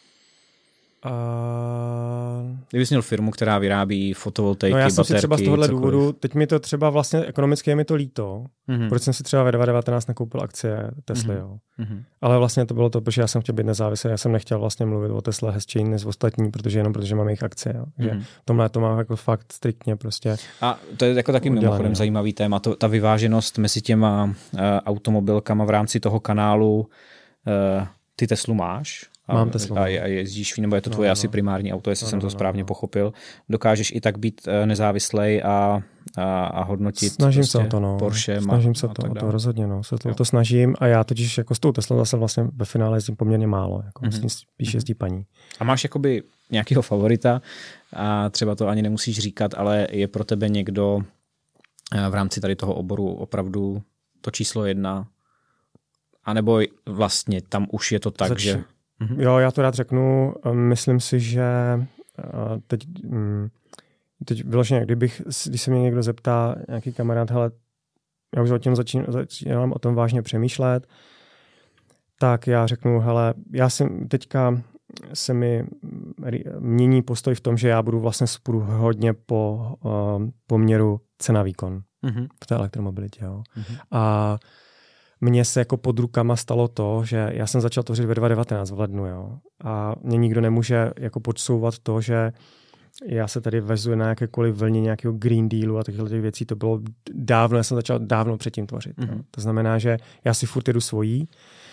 Uh... Kdybys měl firmu, která vyrábí fotovoltaiky, baterky, no já jsem baterky, si třeba z tohohle cokoliv. důvodu, teď mi to třeba vlastně ekonomicky je mi to líto, mm-hmm. proč jsem si třeba ve dva tisíce devatenáct nakoupil akcie Tesly, mm-hmm. jo. Mm-hmm. Ale vlastně to bylo to, protože já jsem chtěl být nezávislý, já jsem nechtěl vlastně mluvit o Tesle hezčí než ostatní, protože jenom protože mám jejich akcie, jo. Takže mm-hmm. tomhle to mám jako fakt striktně prostě. A to je jako taky udělaný, mimochodem zajímavý téma, to, ta vyváženost mezi těma uh, automobilkama v rámci toho kanálu, uh, ty Teslu máš? A, Mám Tesla. A, a jezdíš, nebo je to tvoje no, asi no. primární auto, jestli no, jsem to správně no, no. pochopil. Dokážeš i tak být nezávislej a, a, a hodnotit snažím prostě se o to, no. Porsche. Snažím se to, o to rozhodně, no. Se to, to snažím a já totiž jako s tou Teslou zase vlastně ve finále jezdím poměrně málo, jako mm-hmm. spíš jezdí paní. A máš jakoby nějakého favorita a třeba to ani nemusíš říkat, ale je pro tebe někdo v rámci tady toho oboru opravdu to číslo jedna? A nebo vlastně tam už je to tak, Zač- že... Jo, já to rád řeknu. Myslím si, že teď, teď vyloženě, kdybych, když se mě někdo zeptá, nějaký kamarád, hele, já už o tím začín, začínám o tom vážně přemýšlet, tak já řeknu, hele, já jsem teďka se mi mění postoj v tom, že já budu vlastně spůjdu hodně po uh, poměru cena-výkon mm-hmm. v té elektromobilitě. Jo. Mm-hmm. A mně se jako pod rukama stalo to, že já jsem začal tvořit ve dva tisíce devatenáct v lednu, jo. A mě nikdo nemůže jako podsouvat to, že já se tady vezu na jakékoliv vlně nějakého Green Dealu a těchto těch věcí. To bylo dávno, já jsem začal dávno předtím tvořit. Mm-hmm. Jo. To znamená, že já si furt jedu svojí,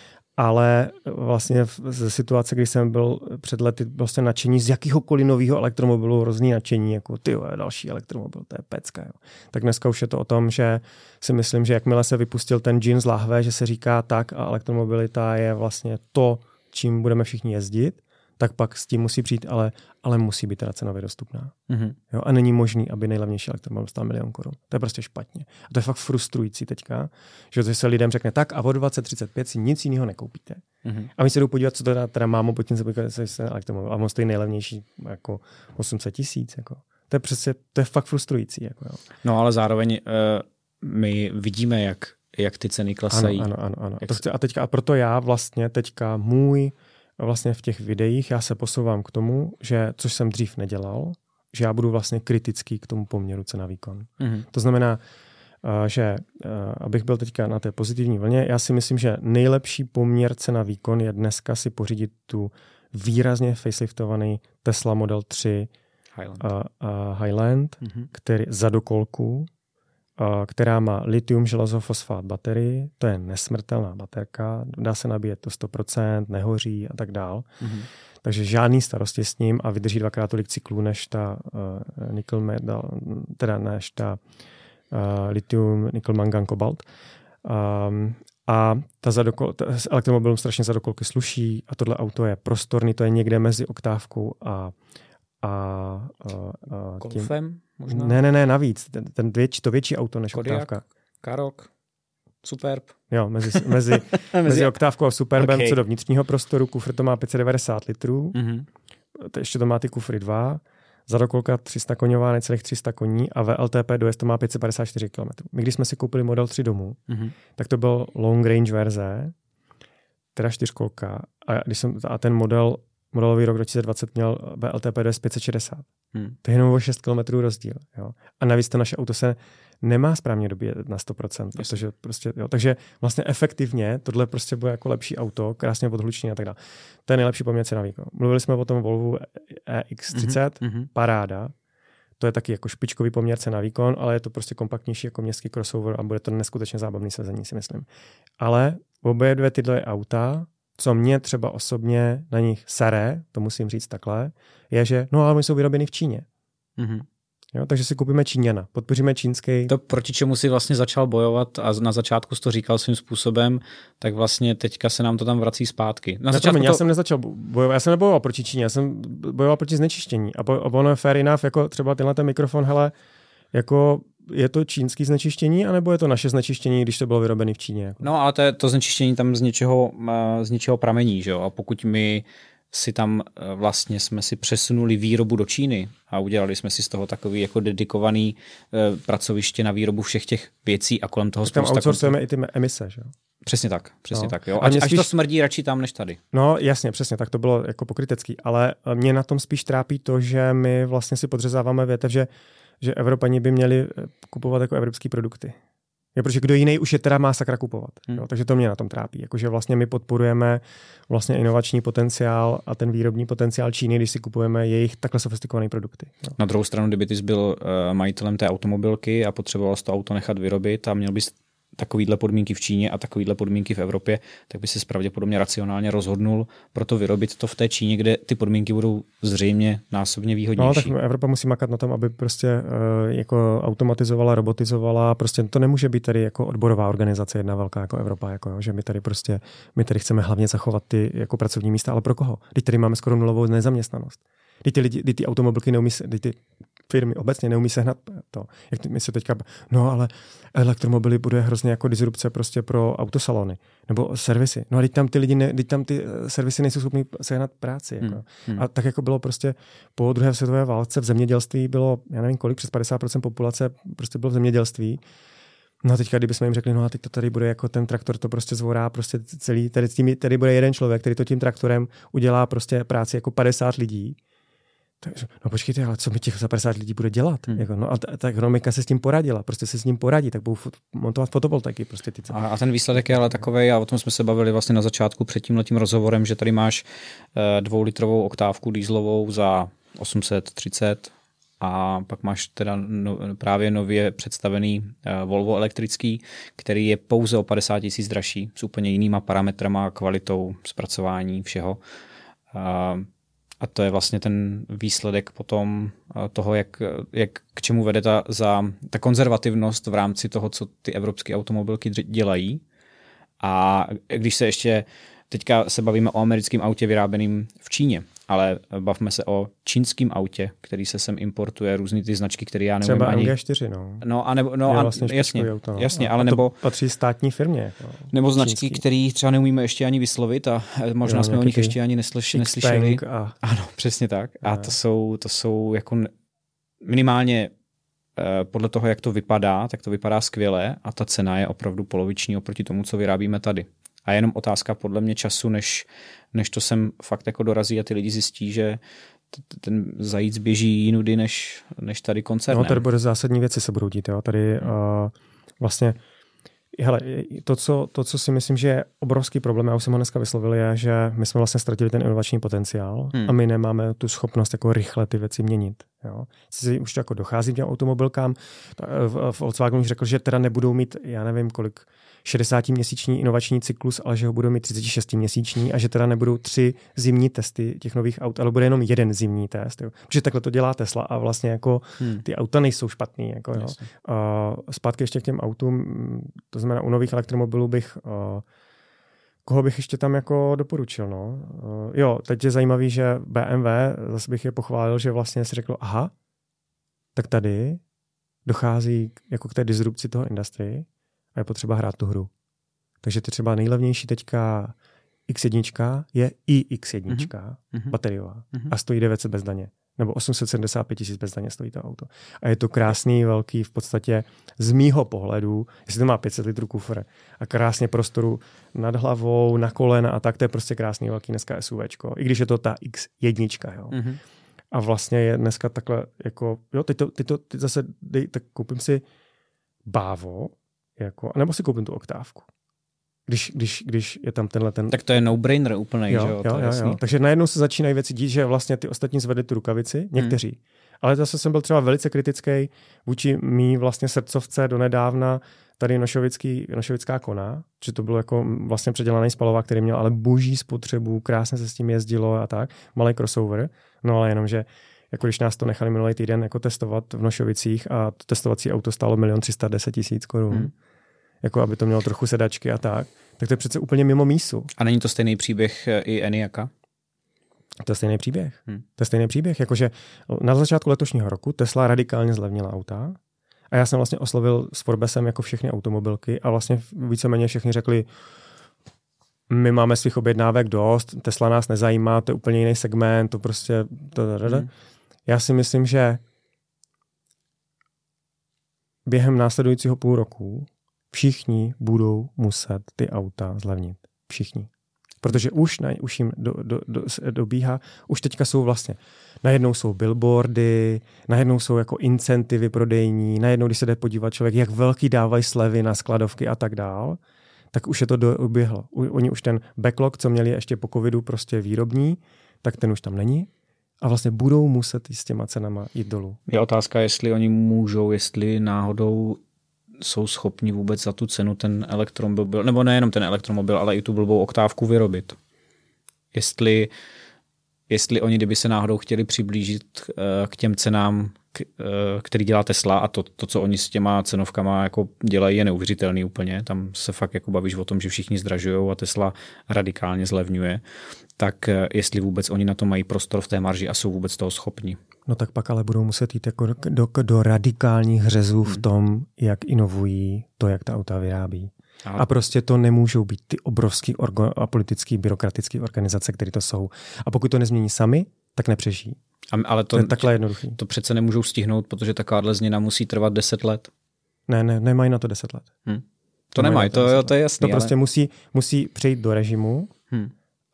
ale vlastně ze situace, kdy jsem byl před lety vlastně nadšení z jakýhokoliv nového elektromobilu, hrozný nadšení, jako ty další elektromobil, to je pecka. Jo. Tak dneska už je to o tom, že si myslím, že jakmile se vypustil ten džin z lahve, že se říká tak a elektromobilita je vlastně to, čím budeme všichni jezdit, tak pak s tím musí přijít, ale, ale musí být teda cenově dostupná. Mm-hmm. Jo, a není možný, aby nejlevnější elektromobil stál milion korun. To je prostě špatně. A to je fakt frustrující teďka, že se lidem řekne tak a o dvacet třicet pět si nic jiného nekoupíte. Mm-hmm. A my se jdou podívat, co teda, teda mám, potom se podívat, se elektromobil. A on stojí nejlevnější jako osm set tisíc. Jako. To je přesně, to je fakt frustrující. Jako, jo. No ale zároveň uh, my vidíme, jak, jak ty ceny klesají. Ano, ano, ano. To chci, a teďka, a proto já vlastně teďka můj vlastně v těch videích já se posouvám k tomu, že, což jsem dřív nedělal, že já budu vlastně kritický k tomu poměru cena-výkon. Mm-hmm. To znamená, že abych byl teďka na té pozitivní vlně, já si myslím, že nejlepší poměr cena-výkon je dneska si pořídit tu výrazně faceliftovaný Tesla Model tři Highland, uh, uh, Highland mm-hmm. který za dokolku, která má litium železofosfát baterii, to je nesmrtelná baterka, dá se nabíjet to sto procent, nehoří a tak dál. Mm-hmm. Takže žádný starosti s ním a vydrží dvakrát tolik cyklů než ta uh, nickel medal, teda než ta uh, litium, nickel, mangan, kobalt. Um, a ta zadokol, ta, s elektromobilem strašně za dokolky sluší a tohle auto je prostorný, to je někde mezi oktávkou a a, uh, uh, Golfem možná? Ne, ne, ne, navíc. Ten, ten větší, to větší auto než Kodiaq, oktávka. Karok, Superb. Jo, mezi, mezi, mezi oktávkou a Superbem, okay. Co do vnitřního prostoru, kufr to má pět set devadesát litrů, mm-hmm. to ještě to má ty kufry dva, zadokolka tři sta koňová, necelých tři sta koní a V L T P dojezd to má pět set padesát čtyři kilometrů. My když jsme si koupili Model tři domů, mm-hmm. tak to byl long range verze, teda čtyřkolka a, když jsem, a ten model modelový rok dva tisíce dvacet měl V L T P dojezd pět set šedesát. Hmm. To je jenom o šest kilometrů rozdíl. Jo. A navíc to naše auto se nemá správně dobíjet na sto procent. Protože prostě, jo. Takže vlastně efektivně tohle prostě bude jako lepší auto, krásně odhlučný a tak dále. To je nejlepší poměr cena-výkon. Mluvili jsme o tom Volvo E X třicet, mm-hmm. paráda. To je taky jako špičkový poměr cena-výkon, ale je to prostě kompaktnější jako městský crossover a bude to neskutečně zábavný sezení, si myslím. Ale obě dvě tyhle auta, co mě třeba osobně na nich sere, to musím říct takhle, je, že no ale oni jsou vyrobeny v Číně. Mm-hmm. Jo, takže si koupíme Číňana, podpoříme čínský. To proti čemu si vlastně začal bojovat a na začátku jsi to říkal svým způsobem, tak vlastně teďka se nám to tam vrací zpátky. Na začátku to... Já jsem nezačal bojovat, já jsem nebojoval proti Číně, já jsem bojoval proti znečištění. A, po, a ono je fair enough, jako třeba tenhle ten mikrofon, hele, jako je to čínský znečištění, anebo je to naše znečištění, když to bylo vyrobené v Číně? Jako? No, ale to, to znečištění tam z něčeho, z něčeho pramení, že jo? A pokud my si tam vlastně jsme si přesunuli výrobu do Číny a udělali jsme si z toho takový jako dedikovaný e, pracoviště na výrobu všech těch věcí a kolem toho spousta... Tam outsourcujeme i ty emise, že jo? Přesně tak, přesně no. tak. Jo. Ať, spíš... ať to smrdí radši tam, než tady. No jasně, přesně, tak to bylo jako pokrytecký, ale mě na tom spíš trápí to, že my vlastně si podřezáváme větev, že, že Evropani by měli kupovat jako evropské produkty. Je, protože kdo jiný už je teda má sakra kupovat. Hmm. Jo, takže to mě na tom trápí. Jakože vlastně my podporujeme vlastně inovační potenciál a ten výrobní potenciál Číny, když si kupujeme jejich takhle sofistikované produkty. Jo. Na druhou stranu, kdyby ty jsi byl uh, majitelem té automobilky a potřeboval jsi to auto nechat vyrobit a měl bys takovýhle podmínky v Číně a takovýhle podmínky v Evropě, tak by si pravděpodobně racionálně rozhodnul pro to vyrobit to v té Číně, kde ty podmínky budou zřejmě násobně výhodnější. No, tak Evropa musí makat na tom, aby prostě uh, jako automatizovala, robotizovala, prostě to nemůže být tady jako odborová organizace jedna velká jako Evropa, jako, že my tady prostě, my tady chceme hlavně zachovat ty jako pracovní místa, ale pro koho? Teď tady máme skoro nulovou nezaměstnanost. Teď ty lidi, ty automobilky neumí, ty firmy obecně neumí sehnat to. Jak my se teďka, no ale elektromobily bude hrozně jako disrupce prostě pro autosalony nebo servisy. No a teď tam ty lidi, ne, teď tam ty servisy nejsou schopní sehnat práci. Jako. Hmm. Hmm. A tak jako bylo prostě po druhé světové válce v zemědělství bylo, já nevím kolik, přes padesát procent populace prostě bylo v zemědělství. No a teďka, kdybychom jim řekli, no a teď to tady bude jako ten traktor, to prostě zvorá prostě celý, tady, tím, tady bude jeden člověk, který to tím traktorem udělá prostě práci jako padesát lidí. Takže, no počkejte, ale co mi těch za padesát lidí bude dělat? Hmm. Jako, no a ta, ta ekonomika se s tím poradila, prostě se s ním poradí, tak budou montovat fotovoltaiky. Prostě ty. A, a ten výsledek je ale takovej, a o tom jsme se bavili vlastně na začátku před tímhletím rozhovorem, že tady máš e, dvoulitrovou oktávku dieselovou za osm set třicet a pak máš teda no, právě nově představený e, Volvo elektrický, který je pouze o padesát tisíc dražší, s úplně jinýma parametrama, kvalitou, zpracování, všeho. E, A to je vlastně ten výsledek potom toho, jak, jak k čemu vede ta, za, ta konzervativnost v rámci toho, co ty evropské automobilky dělají. A když se ještě, teďka se bavíme o americkém autě vyráběným v Číně, ale bavme se o čínském autě, který se sem importuje, různý ty značky, které já nevím ani... Třeba M G čtyři, no. No, a nebo, no, a vlastně jasně, auto, no. jasně, a ale to nebo... patří státní firmě. No, nebo značky, které třeba neumíme ještě ani vyslovit a možná jo, jsme o nich ještě ani neslyš, neslyšeli. A... Ano, přesně tak. A to jsou, to jsou jako minimálně podle toho, jak to vypadá, tak to vypadá skvěle a ta cena je opravdu poloviční oproti tomu, co vyrábíme tady. A jenom otázka podle mě času, než, než to sem fakt jako dorazí a ty lidi zjistí, že ten zajíc běží jinudy než, než tady koncernem. No, tady bude zásadní věci se budou dít. Jo. Tady hmm. uh, vlastně hele, to co, to, co si myslím, že je obrovský problém, já už jsem ho dneska vyslovil, je, že my jsme vlastně ztratili ten inovační potenciál hmm. a my nemáme tu schopnost jako rychle ty věci měnit. Jo. Už to jako dochází k těm automobilkám. Volkswagen už řekl, že teda nebudou mít, já nevím kolik, šedesátiměsíční inovační cyklus, ale že ho budou mít třicet šest měsíční a že teda nebudou tři zimní testy těch nových aut, ale bude jenom jeden zimní test. Jo. Protože takhle to dělá Tesla a vlastně jako hmm. ty auta nejsou špatný. Jako, jo. A zpátky ještě k těm autům, to znamená u nových elektromobilů bych, uh, koho bych ještě tam jako doporučil. No? Uh, jo, teď je zajímavý, že B M W, zase bych je pochválil, že vlastně si řeklo, aha, tak tady dochází jako k té disrupci toho industry a je potřeba hrát tu hru. Takže ty třeba nejlevnější teďka X jedna je i X jedna mm-hmm. bateriová mm-hmm. a stojí devět set bez daně. Nebo osm set sedmdesát pět tisíc bez daně stojí to auto. A je to krásný, velký, v podstatě z mýho pohledu, jestli to má pět set litrů kufr a krásně prostoru nad hlavou, na kolena a tak, to je prostě krásný, velký dneska SUVčko. I když je to ta X jedna. Jo. Mm-hmm. A vlastně je dneska takhle, jako, jo, teď to, teď to teď zase, dej, tak koupím si Bávo, jako, nebo si koupím tu oktávku. Když, když, když je tam tenhle ten... Tak to je no-brainer úplnej, jo, že jo? jo, to je jo, jo. Takže najednou se začínají věci dít, že vlastně ty ostatní zvedli tu rukavici, někteří. Hmm. Ale zase jsem byl třeba velice kritický vůči mý vlastně srdcovce donedávna, tady Nošovický, Nošovická Kona, že to bylo jako vlastně předělaný spalovák, který měl ale boží spotřebu, krásně se s tím jezdilo a tak, malý crossover, no ale jenom, že jako když nás to nechali minulý týden jako testovat v Nošovicích a to testovací auto stálo milion tři sta deset tisíc korun, hmm. jako aby to mělo trochu sedačky a tak, tak to je přece úplně mimo mísu. A není to stejný příběh i Enyaqua? To je stejný příběh. Hmm. To je stejný příběh, jakože na začátku letošního roku Tesla radikálně zlevnila auta A já jsem vlastně oslovil s Forbesem jako všechny automobilky a vlastně víceméně všichni řekli, my máme svých objednávek dost, Tesla nás nezajímá, to je úplně jiný segment, to prostě... To, to, to. Hmm. Já si myslím, že během následujícího půl roku všichni budou muset ty auta zlevnit. Všichni. Protože už, na, už jim do, do, do, dobíhá, už teďka jsou vlastně, najednou jsou billboardy, najednou jsou jako incentivy prodejní, najednou, když se jde podívat člověk, jak velký dávají slevy na skladovky a tak dál, tak už je to doběhlo. Oni už ten backlog, co měli ještě po covidu prostě výrobní, tak ten už tam není a vlastně budou muset s těma cenama jít dolů. Je otázka, jestli oni můžou, jestli náhodou jsou schopni vůbec za tu cenu ten elektromobil, nebo nejenom ten elektromobil, ale i tu blbou oktávku vyrobit. Jestli, jestli oni, kdyby se náhodou chtěli přiblížit k těm cenám, který dělá Tesla a to, to, co oni s těma cenovkama jako dělají, je neuvěřitelný úplně. Tam se fakt jako bavíš o tom, že všichni zdražujou a Tesla radikálně zlevňuje. Tak jestli vůbec oni na to mají prostor v té marži a jsou vůbec toho schopni. No tak pak ale budou muset jít jako do, do radikálních řezů v tom, jak inovují to, jak ta auta vyrábí. A, a prostě to nemůžou být ty obrovský orgo, a politický, byrokratický organizace, které to jsou. A pokud to nezmění sami, tak nepřežijí. Ale to, to je takhle jednoduchý. To přece nemůžou stihnout, protože takováhle změna musí trvat deset let. Ne, ne, nemají na to deset let. Hmm. To nemají, to, to, to je jasný. To prostě ale... musí, musí přejít do režimu hmm.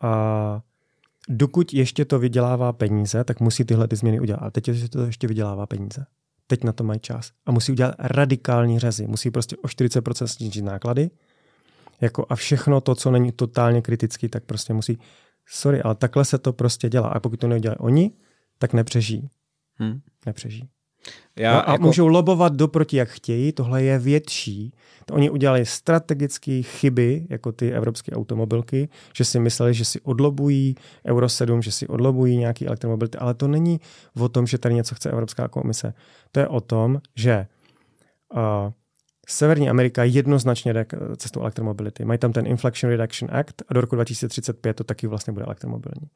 a dokud ještě to vydělává peníze, tak musí tyhle ty změny udělat. A teď to ještě vydělává peníze. Teď na to mají čas. A musí udělat radikální řezy. Musí prostě o čtyřicet procent snížit náklady. Jako a všechno to, co není totálně kritický, tak prostě musí... Sorry, ale takhle se to prostě dělá. A pokud to neudělají oni, tak nepřežijí. Hmm. Nepřežijí. Já, no a jako... můžou lobovat doproti, jak chtějí. Tohle je větší. To oni udělali strategické chyby, jako ty evropské automobilky, že si mysleli, že si odlobují Euro sedm, že si odlobují nějaký elektromobility, ale to není o tom, že tady něco chce Evropská komise. To je o tom, že uh, Severní Amerika jednoznačně jde cestou elektromobility. Mají tam ten Inflation Reduction Act a do roku dva tisíce třicet pět to taky vlastně bude elektromobilní.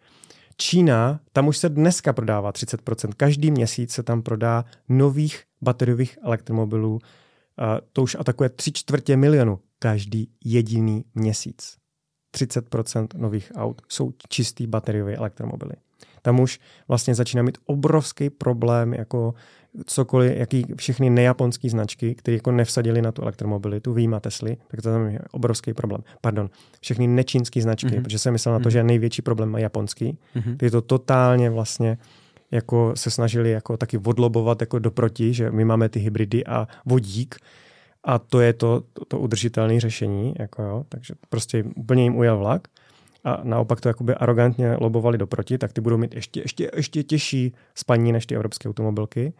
Čína, tam už se dneska prodává třicet procent. Každý měsíc se tam prodá nových bateriových elektromobilů. Uh, to už atakuje tři čtvrtě milionu každý jediný měsíc. třicet procent nových aut jsou čistý bateriové elektromobily. Tam už vlastně začíná mít obrovský problém, jako cokoliv, jaký všechny nejaponský značky, které jako nevsadili na tu elektromobilitu, vyjma Tesly, tak to tam je obrovský problém. Pardon, všechny nečínský značky, mm-hmm. protože jsem myslel na to, mm-hmm. že největší problém má japonský. Mm-hmm. Ty to totálně vlastně jako se snažili jako taky odlobovat jako doproti, že my máme ty hybridy a vodík a to je to, to, to udržitelné řešení, jako jo, takže prostě úplně jim ujel vlak. A naopak to jakoby arrogantně lobovali doproti, tak ty budou mít ještě, ještě, ještě těžší spaní než ty evropské automobilky.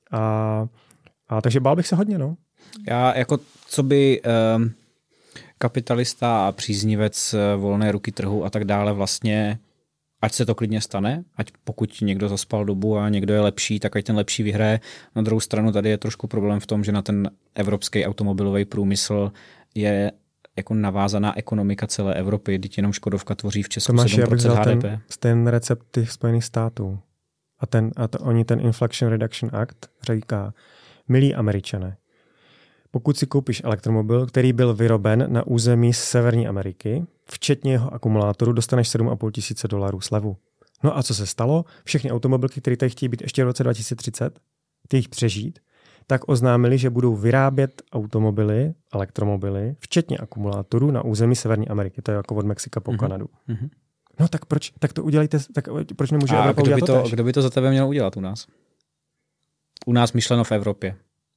A, a takže bál bych se hodně, no. Já jako co by um, kapitalista a příznivec volné ruky trhu a tak dále vlastně, ať se to klidně stane, ať pokud někdo zaspal dobu a někdo je lepší, tak ať ten lepší vyhraje. Na druhou stranu tady je trošku problém v tom, že na ten evropský automobilový průmysl je jako navázaná ekonomika celé Evropy, teď jenom Škodovka tvoří v Česku Tomáši, sedm procent H D P. Ten, ten recept těch Spojených států a, ten, a to, oni ten Inflation Reduction Act říká, milí Američané, pokud si koupíš elektromobil, který byl vyroben na území Severní Ameriky, včetně jeho akumulátoru, dostaneš sedm a půl tisíce dolarů slevu. No a co se stalo? Všechny automobilky, které tady chtějí být ještě v roce dva tisíce třicet, chtějí jich přežít, tak oznámili, že budou vyrábět automobily, elektromobily, včetně akumulátorů na území Severní Ameriky. To je jako od Mexika po mm-hmm. Kanadu. Mm-hmm. No tak proč? Tak to udělejte, tak proč nemůže a Evropa kdo udělat by to, to kdo by to za tebe měl udělat u nás? U nás myšleno v Evropě.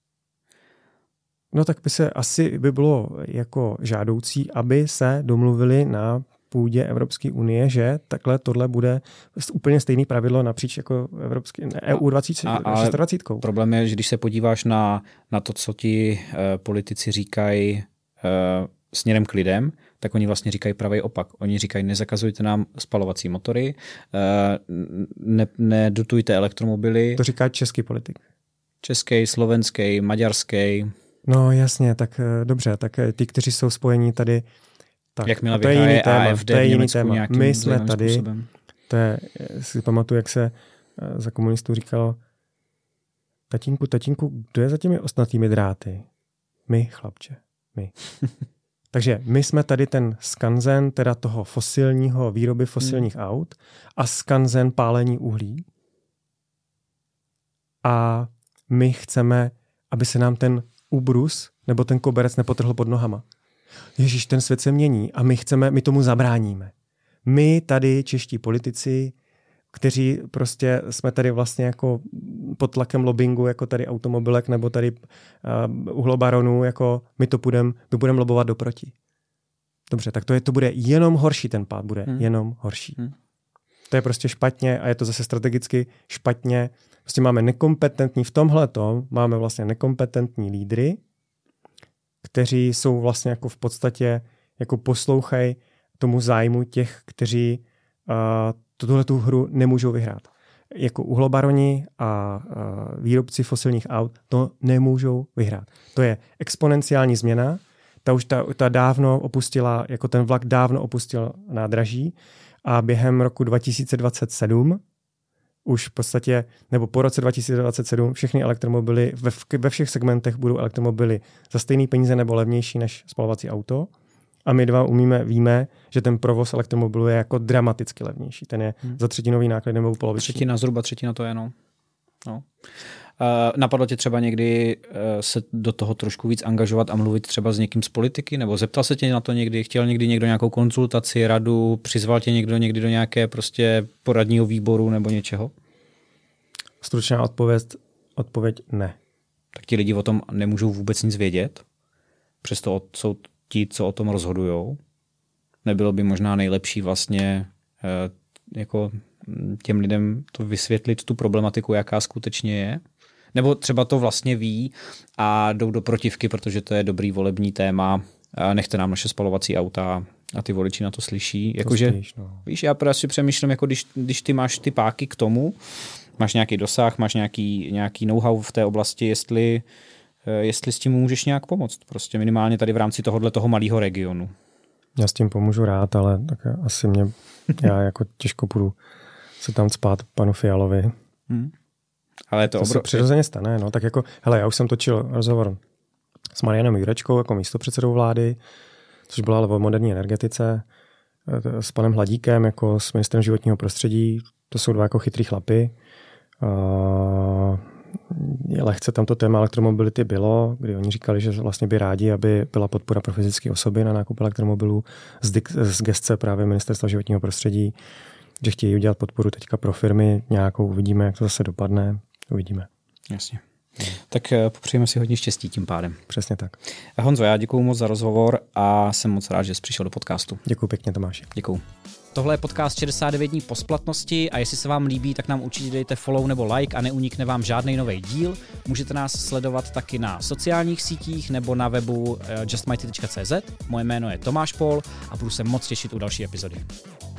No tak by se asi by bylo jako žádoucí, aby se domluvili na půdě Evropské unie, že takhle tohle bude úplně stejný pravidlo napříč jako Evropský, E U dvacet, dvacet. Problém je, že když se podíváš na, na to, co ti uh, politici říkají uh, směrem k lidem, tak oni vlastně říkají pravý opak. Oni říkají, nezakazujte nám spalovací motory, uh, ne, nedotujte elektromobily. To říká český politik. Český, slovenský, maďarský. No jasně, tak dobře, tak ty, kteří jsou spojení tady, tak jakmile to je jiný téma, A F D to je jiný Německu téma. My jsme tady, způsobem. to je, si pamatuju, jak se za komunistů říkalo, tatínku, tatínku, kdo je za těmi ostnatými dráty? My, chlapče, my. Takže my jsme tady ten skanzen teda toho fosilního, výroby fosilních hmm. aut a skanzen pálení uhlí. A my chceme, aby se nám ten ubrus nebo ten koberec nepotrhl pod nohama. Ježíš, ten svět se mění a my chceme, my tomu zabráníme. My tady, čeští politici, kteří prostě jsme tady vlastně jako pod tlakem lobbingu, jako tady automobilek nebo tady uh, uhlobaronů, jako my to budeme my budem lobovat doproti. Dobře, tak to, je, to bude jenom horší, ten pád bude hmm. jenom horší. Hmm. To je prostě špatně a je to zase strategicky špatně. Prostě máme nekompetentní, v tomhletom máme vlastně nekompetentní lídry, kteří jsou vlastně jako v podstatě, jako poslouchají tomu zájmu těch, kteří uh, tuhletu hru nemůžou vyhrát. Jako uhlobaroni a uh, výrobci fosilních aut to nemůžou vyhrát. To je exponenciální změna, ta už ta, ta dávno opustila, jako ten vlak dávno opustil nádraží a během roku dva tisíce dvacet sedm už v podstatě, nebo po roce dva tisíce dvacet sedm všechny elektromobily, ve, ve všech segmentech budou elektromobily za stejný peníze nebo levnější než spalovací auto. A my dva umíme, víme, že ten provoz elektromobilu je jako dramaticky levnější. Ten je hmm. za třetinový náklad nebo poloviční. Třetina, zhruba třetina to je, no. no. Uh, napadlo tě třeba někdy uh, se do toho trošku víc angažovat a mluvit třeba s někým z politiky? Nebo zeptal se tě na to někdy? Chtěl někdy někdo nějakou konzultaci, radu? Přizval tě někdo někdy do nějaké prostě poradního výboru nebo něčeho? Stručná odpověď, odpověď ne. Tak ti lidi o tom nemůžou vůbec nic vědět? Přesto jsou ti, co o tom rozhodujou? Nebylo by možná nejlepší vlastně uh, jako těm lidem to vysvětlit, tu problematiku, jaká skutečně je? Nebo třeba to vlastně ví a jdou do protivky, protože to je dobrý volební téma, nechte nám naše spalovací auta a ty voliči na to slyší. Jakože, no. Víš, já prostě přemýšlím, jako když, když ty máš ty páky k tomu, máš nějaký dosah, máš nějaký, nějaký know-how v té oblasti, jestli, jestli s tím můžeš nějak pomoct. Prostě minimálně tady v rámci tohohle toho malého regionu. Já s tím pomůžu rád, ale tak asi mě, já jako těžko půjdu se tam cpát panu Fialovi. Hmm. Ale to, to obro... se přirozeně stane. No. Tak jako, hele, já už jsem točil rozhovor s Marianem Jurečkou jako místopředsedou vlády, což byla ale o moderní energetice, s panem Hladíkem jako s ministrem životního prostředí. To jsou dva jako chytrý chlapy. Uh, lehce tam to téma elektromobility bylo, kdy oni říkali, že vlastně by rádi, aby byla podpora pro fyzické osoby na nákup elektromobilů z, dik- z gestce právě ministerstva životního prostředí, že chtějí udělat podporu teďka pro firmy nějakou, uvidíme, jak to zase dopadne, uvidíme. Jasně. Tak popřejeme si hodně štěstí tím pádem. Přesně tak. Honzo, já děkuju moc za rozhovor a jsem moc rád, že jsi přišel do podcastu. Děkuju pěkně, Tomáši. Děkuju. Tohle je podcast šedesát devět dní po splatnosti a jestli se vám líbí, tak nám určitě dejte follow nebo like a neunikne vám žádný nový díl. Můžete nás sledovat taky na sociálních sítích nebo na webu just mighty tečka cé zet. Moje jméno je Tomáš Pol a budu se moc těšit u další epizody.